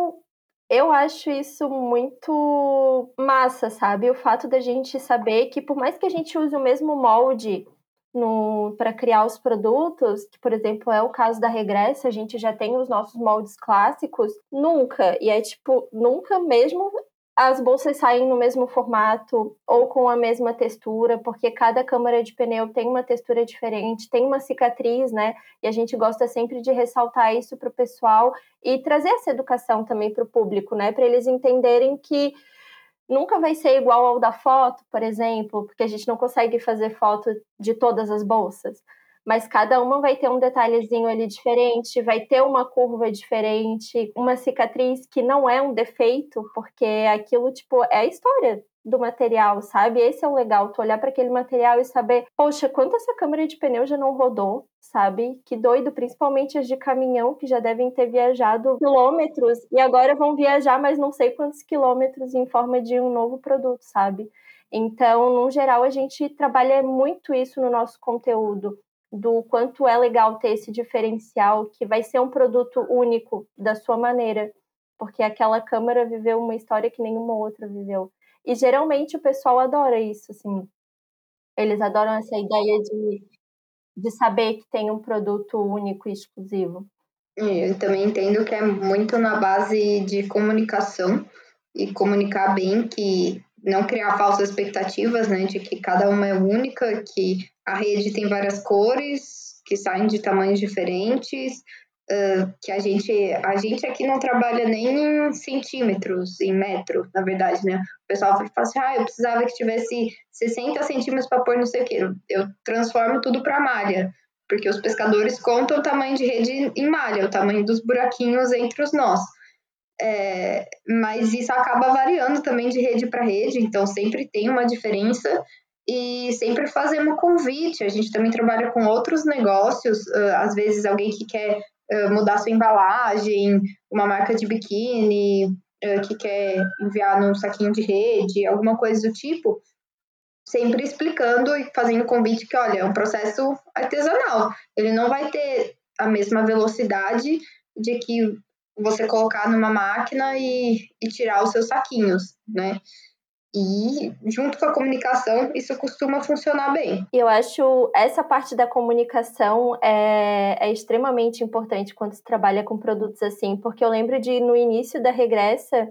eu acho isso muito massa, sabe? O fato da gente saber que por mais que a gente use o mesmo molde para criar os produtos, que por exemplo é o caso da Regressa, a gente já tem os nossos moldes clássicos, nunca, e é tipo, nunca mesmo as bolsas saem no mesmo formato ou com a mesma textura, porque cada câmara de pneu tem uma textura diferente, tem uma cicatriz, né? E a gente gosta sempre de ressaltar isso para o pessoal e trazer essa educação também para o público, né? Para eles entenderem que nunca vai ser igual ao da foto, por exemplo, porque a gente não consegue fazer foto de todas as bolsas. Mas cada uma vai ter um detalhezinho ali diferente, vai ter uma curva diferente, uma cicatriz que não é um defeito, porque aquilo, tipo, é a história do material, sabe? Esse é o legal, tu olhar para aquele material e saber, poxa, quanto essa câmara de pneu já não rodou, sabe? Que doido, principalmente as de caminhão, que já devem ter viajado quilômetros e agora vão viajar mais não sei quantos quilômetros em forma de um novo produto, sabe? Então, no geral, a gente trabalha muito isso no nosso conteúdo, do quanto é legal ter esse diferencial, que vai ser um produto único da sua maneira, porque aquela câmera viveu uma história que nenhuma outra viveu. E geralmente o pessoal adora isso, assim. Eles adoram essa ideia de saber que tem um produto único e exclusivo. Eu também entendo que é muito na base de comunicação e comunicar bem, que não criar falsas expectativas, né, de que cada uma é única, que a rede tem várias cores, que saem de tamanhos diferentes, que a gente aqui não trabalha nem em centímetros, em metro, na verdade, né? O pessoal fala assim, eu precisava que tivesse 60 centímetros para pôr não sei o quê. Eu transformo tudo para malha, porque os pescadores contam o tamanho de rede em malha, o tamanho dos buraquinhos entre os nós. Mas isso acaba variando também de rede para rede, então sempre tem uma diferença e sempre fazemos convite. A gente também trabalha com outros negócios, às vezes alguém que quer mudar sua embalagem, uma marca de biquíni, que quer enviar num saquinho de rede, alguma coisa do tipo, sempre explicando e fazendo convite que, olha, é um processo artesanal, ele não vai ter a mesma velocidade de que você colocar numa máquina e tirar os seus saquinhos, né? E, junto com a comunicação, isso costuma funcionar bem. Eu acho essa parte da comunicação é extremamente importante quando se trabalha com produtos assim, porque eu lembro de, no início da Regressa,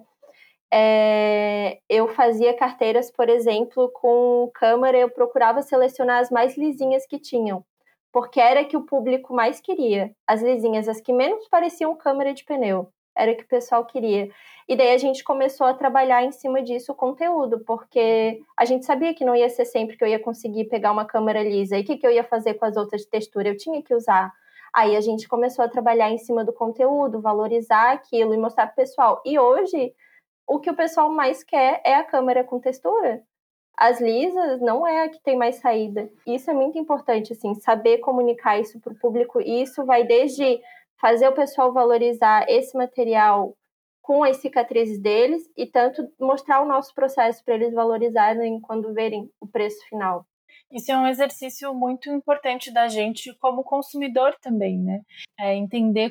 eu fazia carteiras, por exemplo, com câmera, eu procurava selecionar as mais lisinhas que tinham, porque era que o público mais queria. As lisinhas, as que menos pareciam câmera de pneu, era que o pessoal queria. E daí a gente começou a trabalhar em cima disso o conteúdo, porque a gente sabia que não ia ser sempre que eu ia conseguir pegar uma câmera lisa. E o que eu ia fazer com as outras de textura? Eu tinha que usar. Aí a gente começou a trabalhar em cima do conteúdo, valorizar aquilo e mostrar para o pessoal. E hoje, o que o pessoal mais quer é a câmera com textura. As lisas não é a que tem mais saída. Isso é muito importante, assim, saber comunicar isso para o público. E isso vai desde fazer o pessoal valorizar esse material com as cicatrizes deles e tanto mostrar o nosso processo para eles valorizarem quando verem o preço final. Isso é um exercício muito importante da gente como consumidor também, né? Entender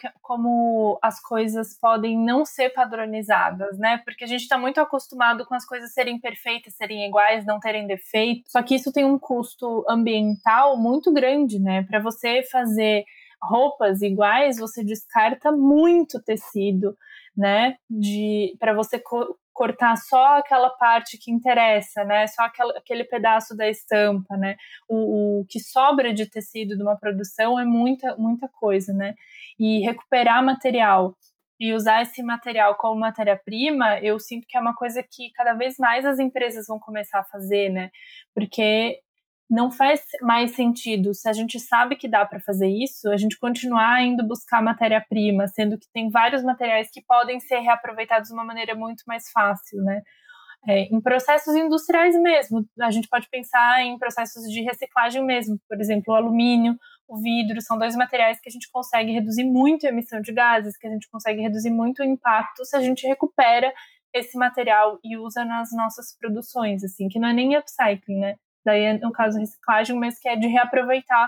como as coisas podem não ser padronizadas, né? Porque a gente está muito acostumado com as coisas serem perfeitas, serem iguais, não terem defeito. Só que isso tem um custo ambiental muito grande, né? Para você fazer roupas iguais, você descarta muito tecido, né? Para você cortar só aquela parte que interessa, né? Só aquele pedaço da estampa, né? O que sobra de tecido de uma produção é muita, muita coisa, né? E recuperar material e usar esse material como matéria-prima, eu sinto que é uma coisa que cada vez mais as empresas vão começar a fazer, né? Porque não faz mais sentido, se a gente sabe que dá para fazer isso, a gente continuar indo buscar matéria-prima, sendo que tem vários materiais que podem ser reaproveitados de uma maneira muito mais fácil, né? Em processos industriais mesmo, a gente pode pensar em processos de reciclagem mesmo, por exemplo, o alumínio, o vidro, são dois materiais que a gente consegue reduzir muito a emissão de gases, que a gente consegue reduzir muito o impacto se a gente recupera esse material e usa nas nossas produções, assim, que não é nem upcycling, né? Daí é, no caso, reciclagem, mas que é de reaproveitar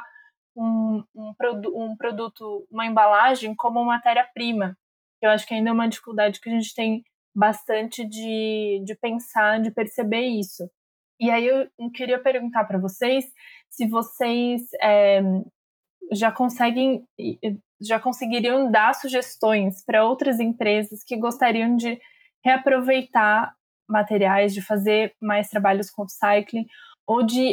um produto, uma embalagem como matéria-prima. Eu acho que ainda é uma dificuldade que a gente tem bastante de pensar, de perceber isso. E aí eu queria perguntar para vocês se vocês já conseguiriam dar sugestões para outras empresas que gostariam de reaproveitar materiais, de fazer mais trabalhos com upcycling, ou de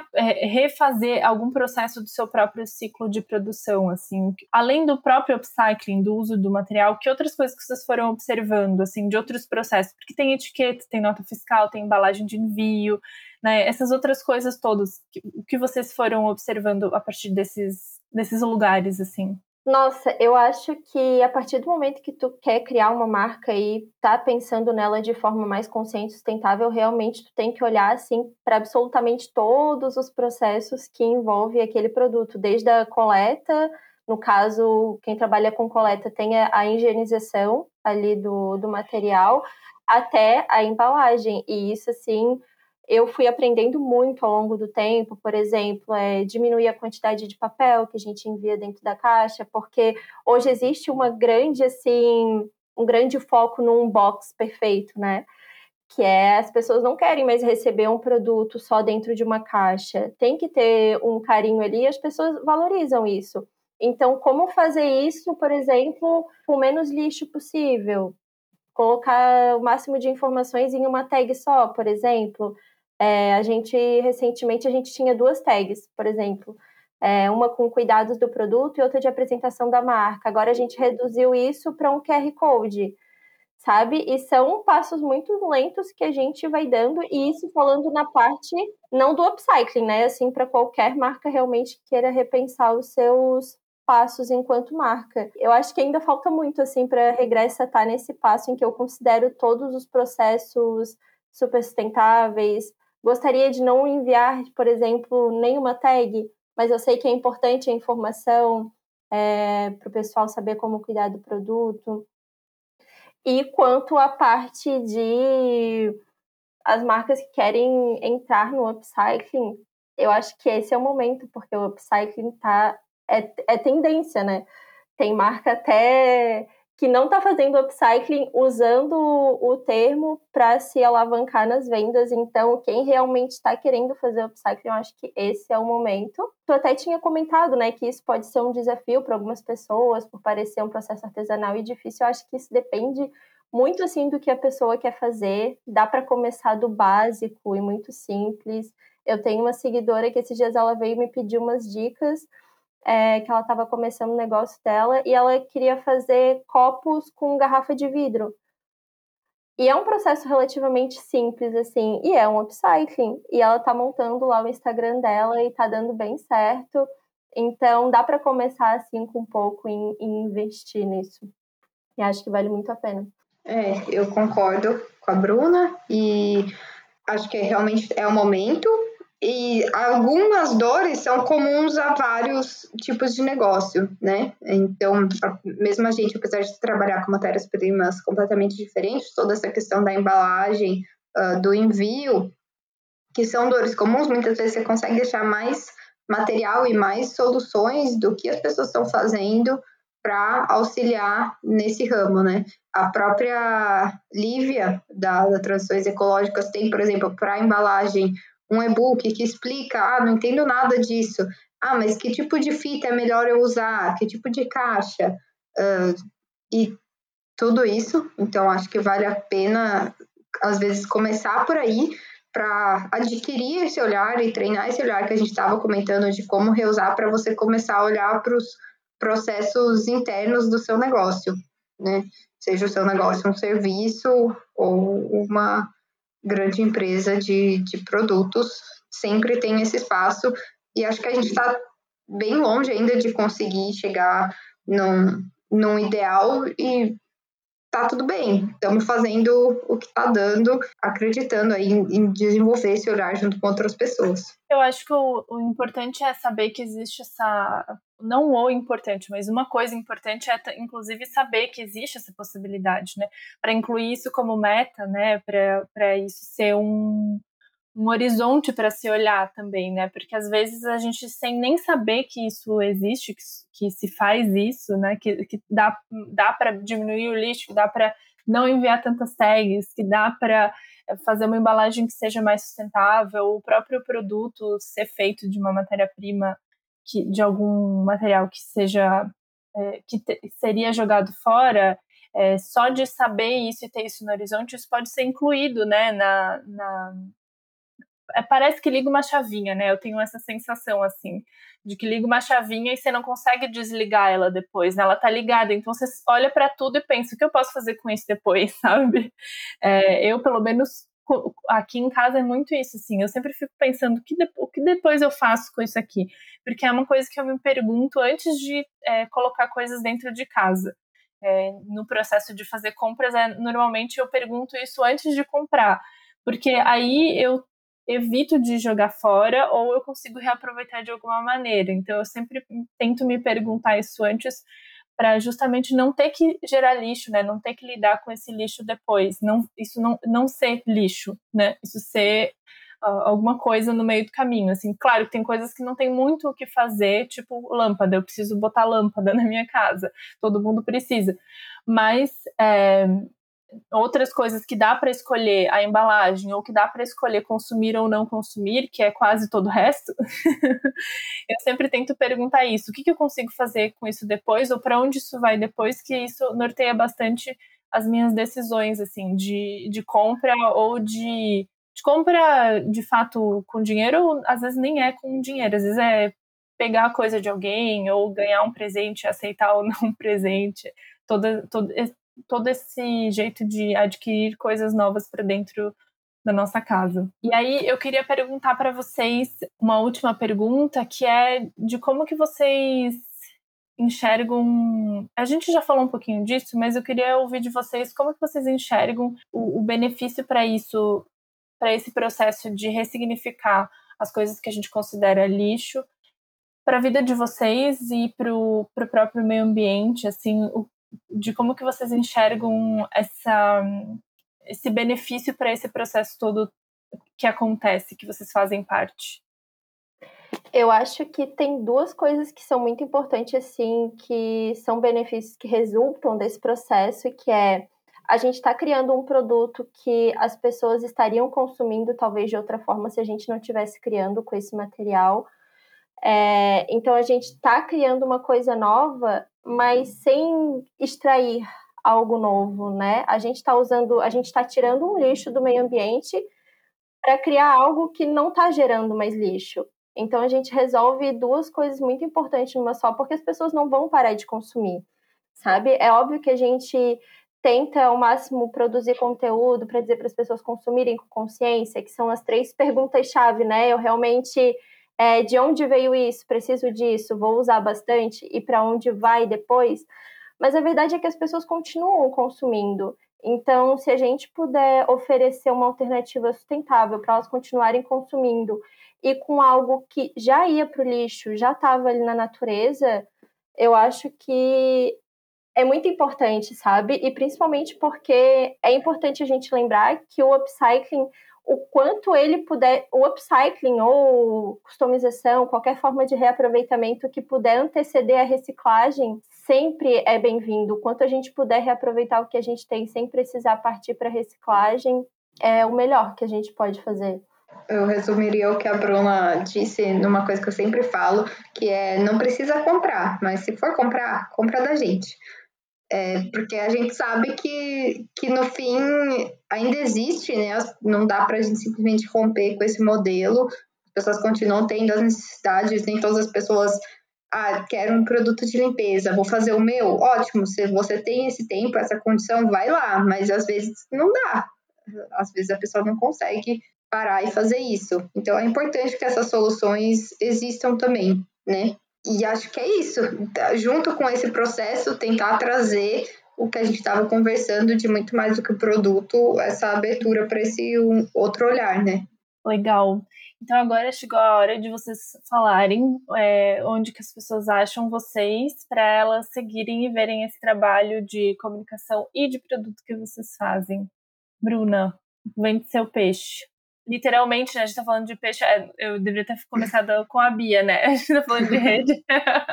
refazer algum processo do seu próprio ciclo de produção, assim, além do próprio upcycling, do uso do material, que outras coisas que vocês foram observando, assim, de outros processos? Porque tem etiqueta, tem nota fiscal, tem embalagem de envio, né? Essas outras coisas todas, o que vocês foram observando a partir desses lugares, assim? Nossa, eu acho que a partir do momento que tu quer criar uma marca e tá pensando nela de forma mais consciente e sustentável, realmente tu tem que olhar assim para absolutamente todos os processos que envolvem aquele produto, desde a coleta, no caso, quem trabalha com coleta tem a higienização ali do material, até a embalagem. E isso, assim, eu fui aprendendo muito ao longo do tempo, por exemplo, diminuir a quantidade de papel que a gente envia dentro da caixa, porque hoje existe uma grande, assim, um grande foco num box perfeito, né? Que as pessoas não querem mais receber um produto só dentro de uma caixa. Tem que ter um carinho ali e as pessoas valorizam isso. Então, como fazer isso, por exemplo, com o menos lixo possível? Colocar o máximo de informações em uma tag só, por exemplo. Recentemente, a gente tinha 2 tags, por exemplo. Uma com cuidados do produto e outra de apresentação da marca. Agora a gente reduziu isso para um QR Code, sabe? E são passos muito lentos que a gente vai dando, e isso falando na parte não do upcycling, né? Assim, para qualquer marca realmente queira repensar os seus passos enquanto marca. Eu acho que ainda falta muito, assim, para a Regressa estar nesse passo em que eu considero todos os processos super sustentáveis. Gostaria de não enviar, por exemplo, nenhuma tag, mas eu sei que é importante a informação para o pessoal saber como cuidar do produto. E quanto à parte de as marcas que querem entrar no upcycling, eu acho que esse é o momento, porque o upcycling é tendência, né? Tem marca até que não está fazendo upcycling usando o termo para se alavancar nas vendas. Então, quem realmente está querendo fazer upcycling, eu acho que esse é o momento. Tu até tinha comentado, né, que isso pode ser um desafio para algumas pessoas, por parecer um processo artesanal e difícil. Eu acho que isso depende muito, assim, do que a pessoa quer fazer. Dá para começar do básico e muito simples. Eu tenho uma seguidora que esses dias ela veio me pedir umas dicas, que ela estava começando o negócio dela e ela queria fazer copos com garrafa de vidro. E é um processo relativamente simples, assim, e é um upcycling. E ela tá montando lá o Instagram dela e tá dando bem certo. Então, dá para começar, assim, com um pouco em investir nisso. E acho que vale muito a pena. Eu concordo com a Bruna e acho que realmente é o momento. E algumas dores são comuns a vários tipos de negócio, né? Então, mesmo a gente, apesar de trabalhar com matérias-primas completamente diferentes, toda essa questão da embalagem, do envio, que são dores comuns, muitas vezes você consegue deixar mais material e mais soluções do que as pessoas estão fazendo para auxiliar nesse ramo, né? A própria Lívia, da Transições Ecológicas, tem, por exemplo, para a embalagem, um e-book que explica, não entendo nada disso. Mas que tipo de fita é melhor eu usar? Que tipo de caixa? E tudo isso. Então, acho que vale a pena, às vezes, começar por aí para adquirir esse olhar e treinar esse olhar que a gente estava comentando de como reusar para você começar a olhar para os processos internos do seu negócio, né? Seja o seu negócio um serviço ou uma grande empresa de produtos, sempre tem esse espaço e acho que a gente está bem longe ainda de conseguir chegar num ideal e tá tudo bem, estamos fazendo o que está dando, acreditando aí em desenvolver esse olhar junto com outras pessoas. Eu acho que o importante é saber que existe não o importante, mas uma coisa importante é, inclusive, saber que existe essa possibilidade, né? Para incluir isso como meta, né? Para isso ser um horizonte para se olhar também, né? Porque às vezes a gente, sem nem saber que isso existe, que se faz isso, né? Que dá para diminuir o lixo, que dá para não enviar tantas tags, que dá para fazer uma embalagem que seja mais sustentável, o próprio produto ser feito de uma matéria-prima, de algum material que seja seria jogado fora. Só de saber isso e ter isso no horizonte, isso pode ser incluído, né, parece que liga uma chavinha, né? Eu tenho essa sensação, assim, de que liga uma chavinha e você não consegue desligar ela depois, né? Ela tá ligada, então você olha para tudo e pensa, o que eu posso fazer com isso depois, sabe? Eu, pelo menos, aqui em casa é muito isso, assim, eu sempre fico pensando, o que depois eu faço com isso aqui? Porque é uma coisa que eu me pergunto antes de colocar coisas dentro de casa. No processo de fazer compras, normalmente eu pergunto isso antes de comprar, porque aí eu evito de jogar fora ou eu consigo reaproveitar de alguma maneira. Então, eu sempre tento me perguntar isso antes para justamente não ter que gerar lixo, né? Não ter que lidar com esse lixo depois. Isso não ser lixo, né? Isso ser alguma coisa no meio do caminho. Assim, claro que tem coisas que não tem muito o que fazer, tipo lâmpada. Eu preciso botar lâmpada na minha casa. Todo mundo precisa. Mas outras coisas que dá para escolher a embalagem ou que dá para escolher consumir ou não consumir, que é quase todo o resto, eu sempre tento perguntar isso. O que eu consigo fazer com isso depois ou para onde isso vai depois, que isso norteia bastante as minhas decisões, assim, de compra ou de compra, de fato, com dinheiro, ou às vezes nem é com dinheiro, às vezes é pegar a coisa de alguém ou ganhar um presente, aceitar ou não um presente, todo esse jeito de adquirir coisas novas para dentro da nossa casa. E aí eu queria perguntar para vocês uma última pergunta, que é de como que vocês enxergam. A gente já falou um pouquinho disso, mas eu queria ouvir de vocês como que vocês enxergam o benefício para isso, para esse processo de ressignificar as coisas que a gente considera lixo para a vida de vocês e para o próprio meio ambiente, assim, de como que vocês enxergam esse benefício para esse processo todo que acontece, que vocês fazem parte. Eu acho que tem duas coisas que são muito importantes, assim, que são benefícios que resultam desse processo, que é a gente está criando um produto que as pessoas estariam consumindo talvez de outra forma se a gente não estivesse criando com esse material. Então a gente está criando uma coisa nova, mas sem extrair algo novo, né? A gente está tirando um lixo do meio ambiente para criar algo que não está gerando mais lixo. Então a gente resolve duas coisas muito importantes numa só, porque as pessoas não vão parar de consumir, sabe? É óbvio que a gente tenta ao máximo produzir conteúdo para dizer para as pessoas consumirem com consciência, que são as 3 perguntas-chave, né? Eu realmente, de onde veio isso? Preciso disso? Vou usar bastante? E para onde vai depois? Mas a verdade é que as pessoas continuam consumindo. Então, se a gente puder oferecer uma alternativa sustentável para elas continuarem consumindo e com algo que já ia para o lixo, já estava ali na natureza, eu acho que é muito importante, sabe? E principalmente porque é importante a gente lembrar que o upcycling, o quanto ele puder, o upcycling ou customização, qualquer forma de reaproveitamento que puder anteceder a reciclagem, sempre é bem-vindo. O quanto a gente puder reaproveitar o que a gente tem sem precisar partir para reciclagem, é o melhor que a gente pode fazer. Eu resumiria o que a Bruna disse numa coisa que eu sempre falo, que é não precisa comprar, mas se for comprar, compra da gente. Porque a gente sabe que no fim ainda existe, né? Não dá para a gente simplesmente romper com esse modelo. As pessoas continuam tendo as necessidades, nem todas as pessoas quero um produto de limpeza, vou fazer o meu, ótimo, se você tem esse tempo, essa condição, vai lá, mas às vezes não dá. Às vezes a pessoa não consegue parar e fazer isso. Então é importante que essas soluções existam também, né? E acho que é isso. Junto com esse processo, tentar trazer o que a gente estava conversando de muito mais do que o produto, essa abertura para esse outro olhar, né? Legal. Então agora chegou a hora de vocês falarem onde que as pessoas acham vocês para elas seguirem e verem esse trabalho de comunicação e de produto que vocês fazem. Bruna, vende seu peixe. Literalmente, né? A gente tá falando de peixe. Eu deveria ter começado com a Bia, né? A gente tá falando de rede.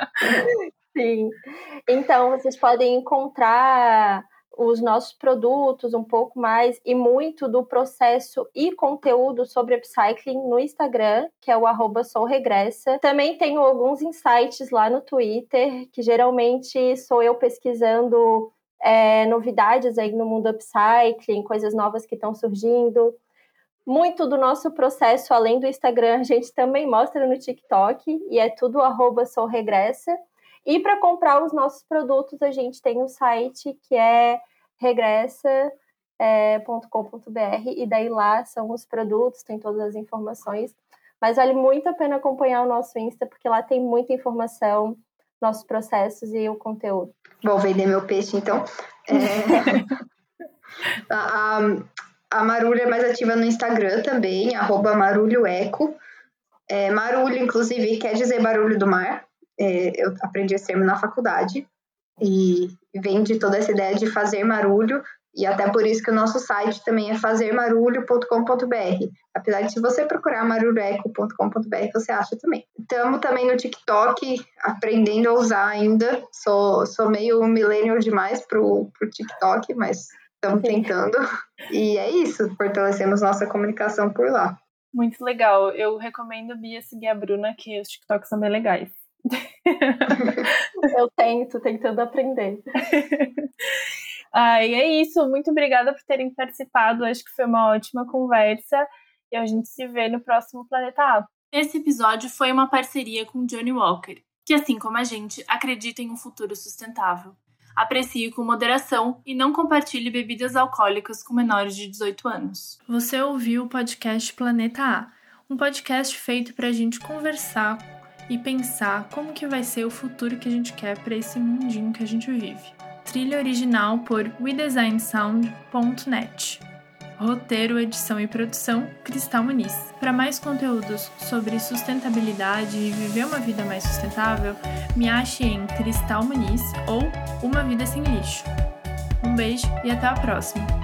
Sim. Então, vocês podem encontrar os nossos produtos um pouco mais e muito do processo e conteúdo sobre upcycling no Instagram, que é o @souregressa. Também tenho alguns insights lá no Twitter, que geralmente sou eu pesquisando novidades aí no mundo upcycling, coisas novas que estão surgindo. Muito do nosso processo, além do Instagram, a gente também mostra no TikTok, e é tudo @souregressa. E para comprar os nossos produtos, a gente tem um site que é regressa.com.br, e daí lá são os produtos, tem todas as informações. Mas vale muito a pena acompanhar o nosso Insta, porque lá tem muita informação, nossos processos e o conteúdo. Vou vender meu peixe, então. A Marulho é mais ativa no Instagram também, @marulhoeco. Marulho, inclusive, quer dizer barulho do mar. Eu aprendi esse termo na faculdade e vem de toda essa ideia de fazer marulho, e até por isso que o nosso site também é fazermarulho.com.br. Apesar de, se você procurar marulhoeco.com.br, você acha também. Estamos também no TikTok, aprendendo a usar ainda. Sou meio millennial demais pro TikTok, mas estamos tentando. E é isso, fortalecemos nossa comunicação por lá. Muito legal. Eu recomendo a Bia seguir a Bruna, que os TikToks são bem legais. Eu tô tentando aprender. E é isso. Muito obrigada por terem participado. Acho que foi uma ótima conversa. E a gente se vê no próximo Planeta A. Esse episódio foi uma parceria com Johnnie Walker, que, assim como a gente, acredita em um futuro sustentável. Aprecie com moderação e não compartilhe bebidas alcoólicas com menores de 18 anos. Você ouviu o podcast Planeta A, um podcast feito para a gente conversar e pensar como que vai ser o futuro que a gente quer para esse mundinho que a gente vive. Trilha original por wedesignsound.net. Roteiro, edição e produção, Cristal Muniz. Para mais conteúdos sobre sustentabilidade e viver uma vida mais sustentável, me ache em Cristal Muniz ou Uma Vida Sem Lixo. Um beijo e até a próxima!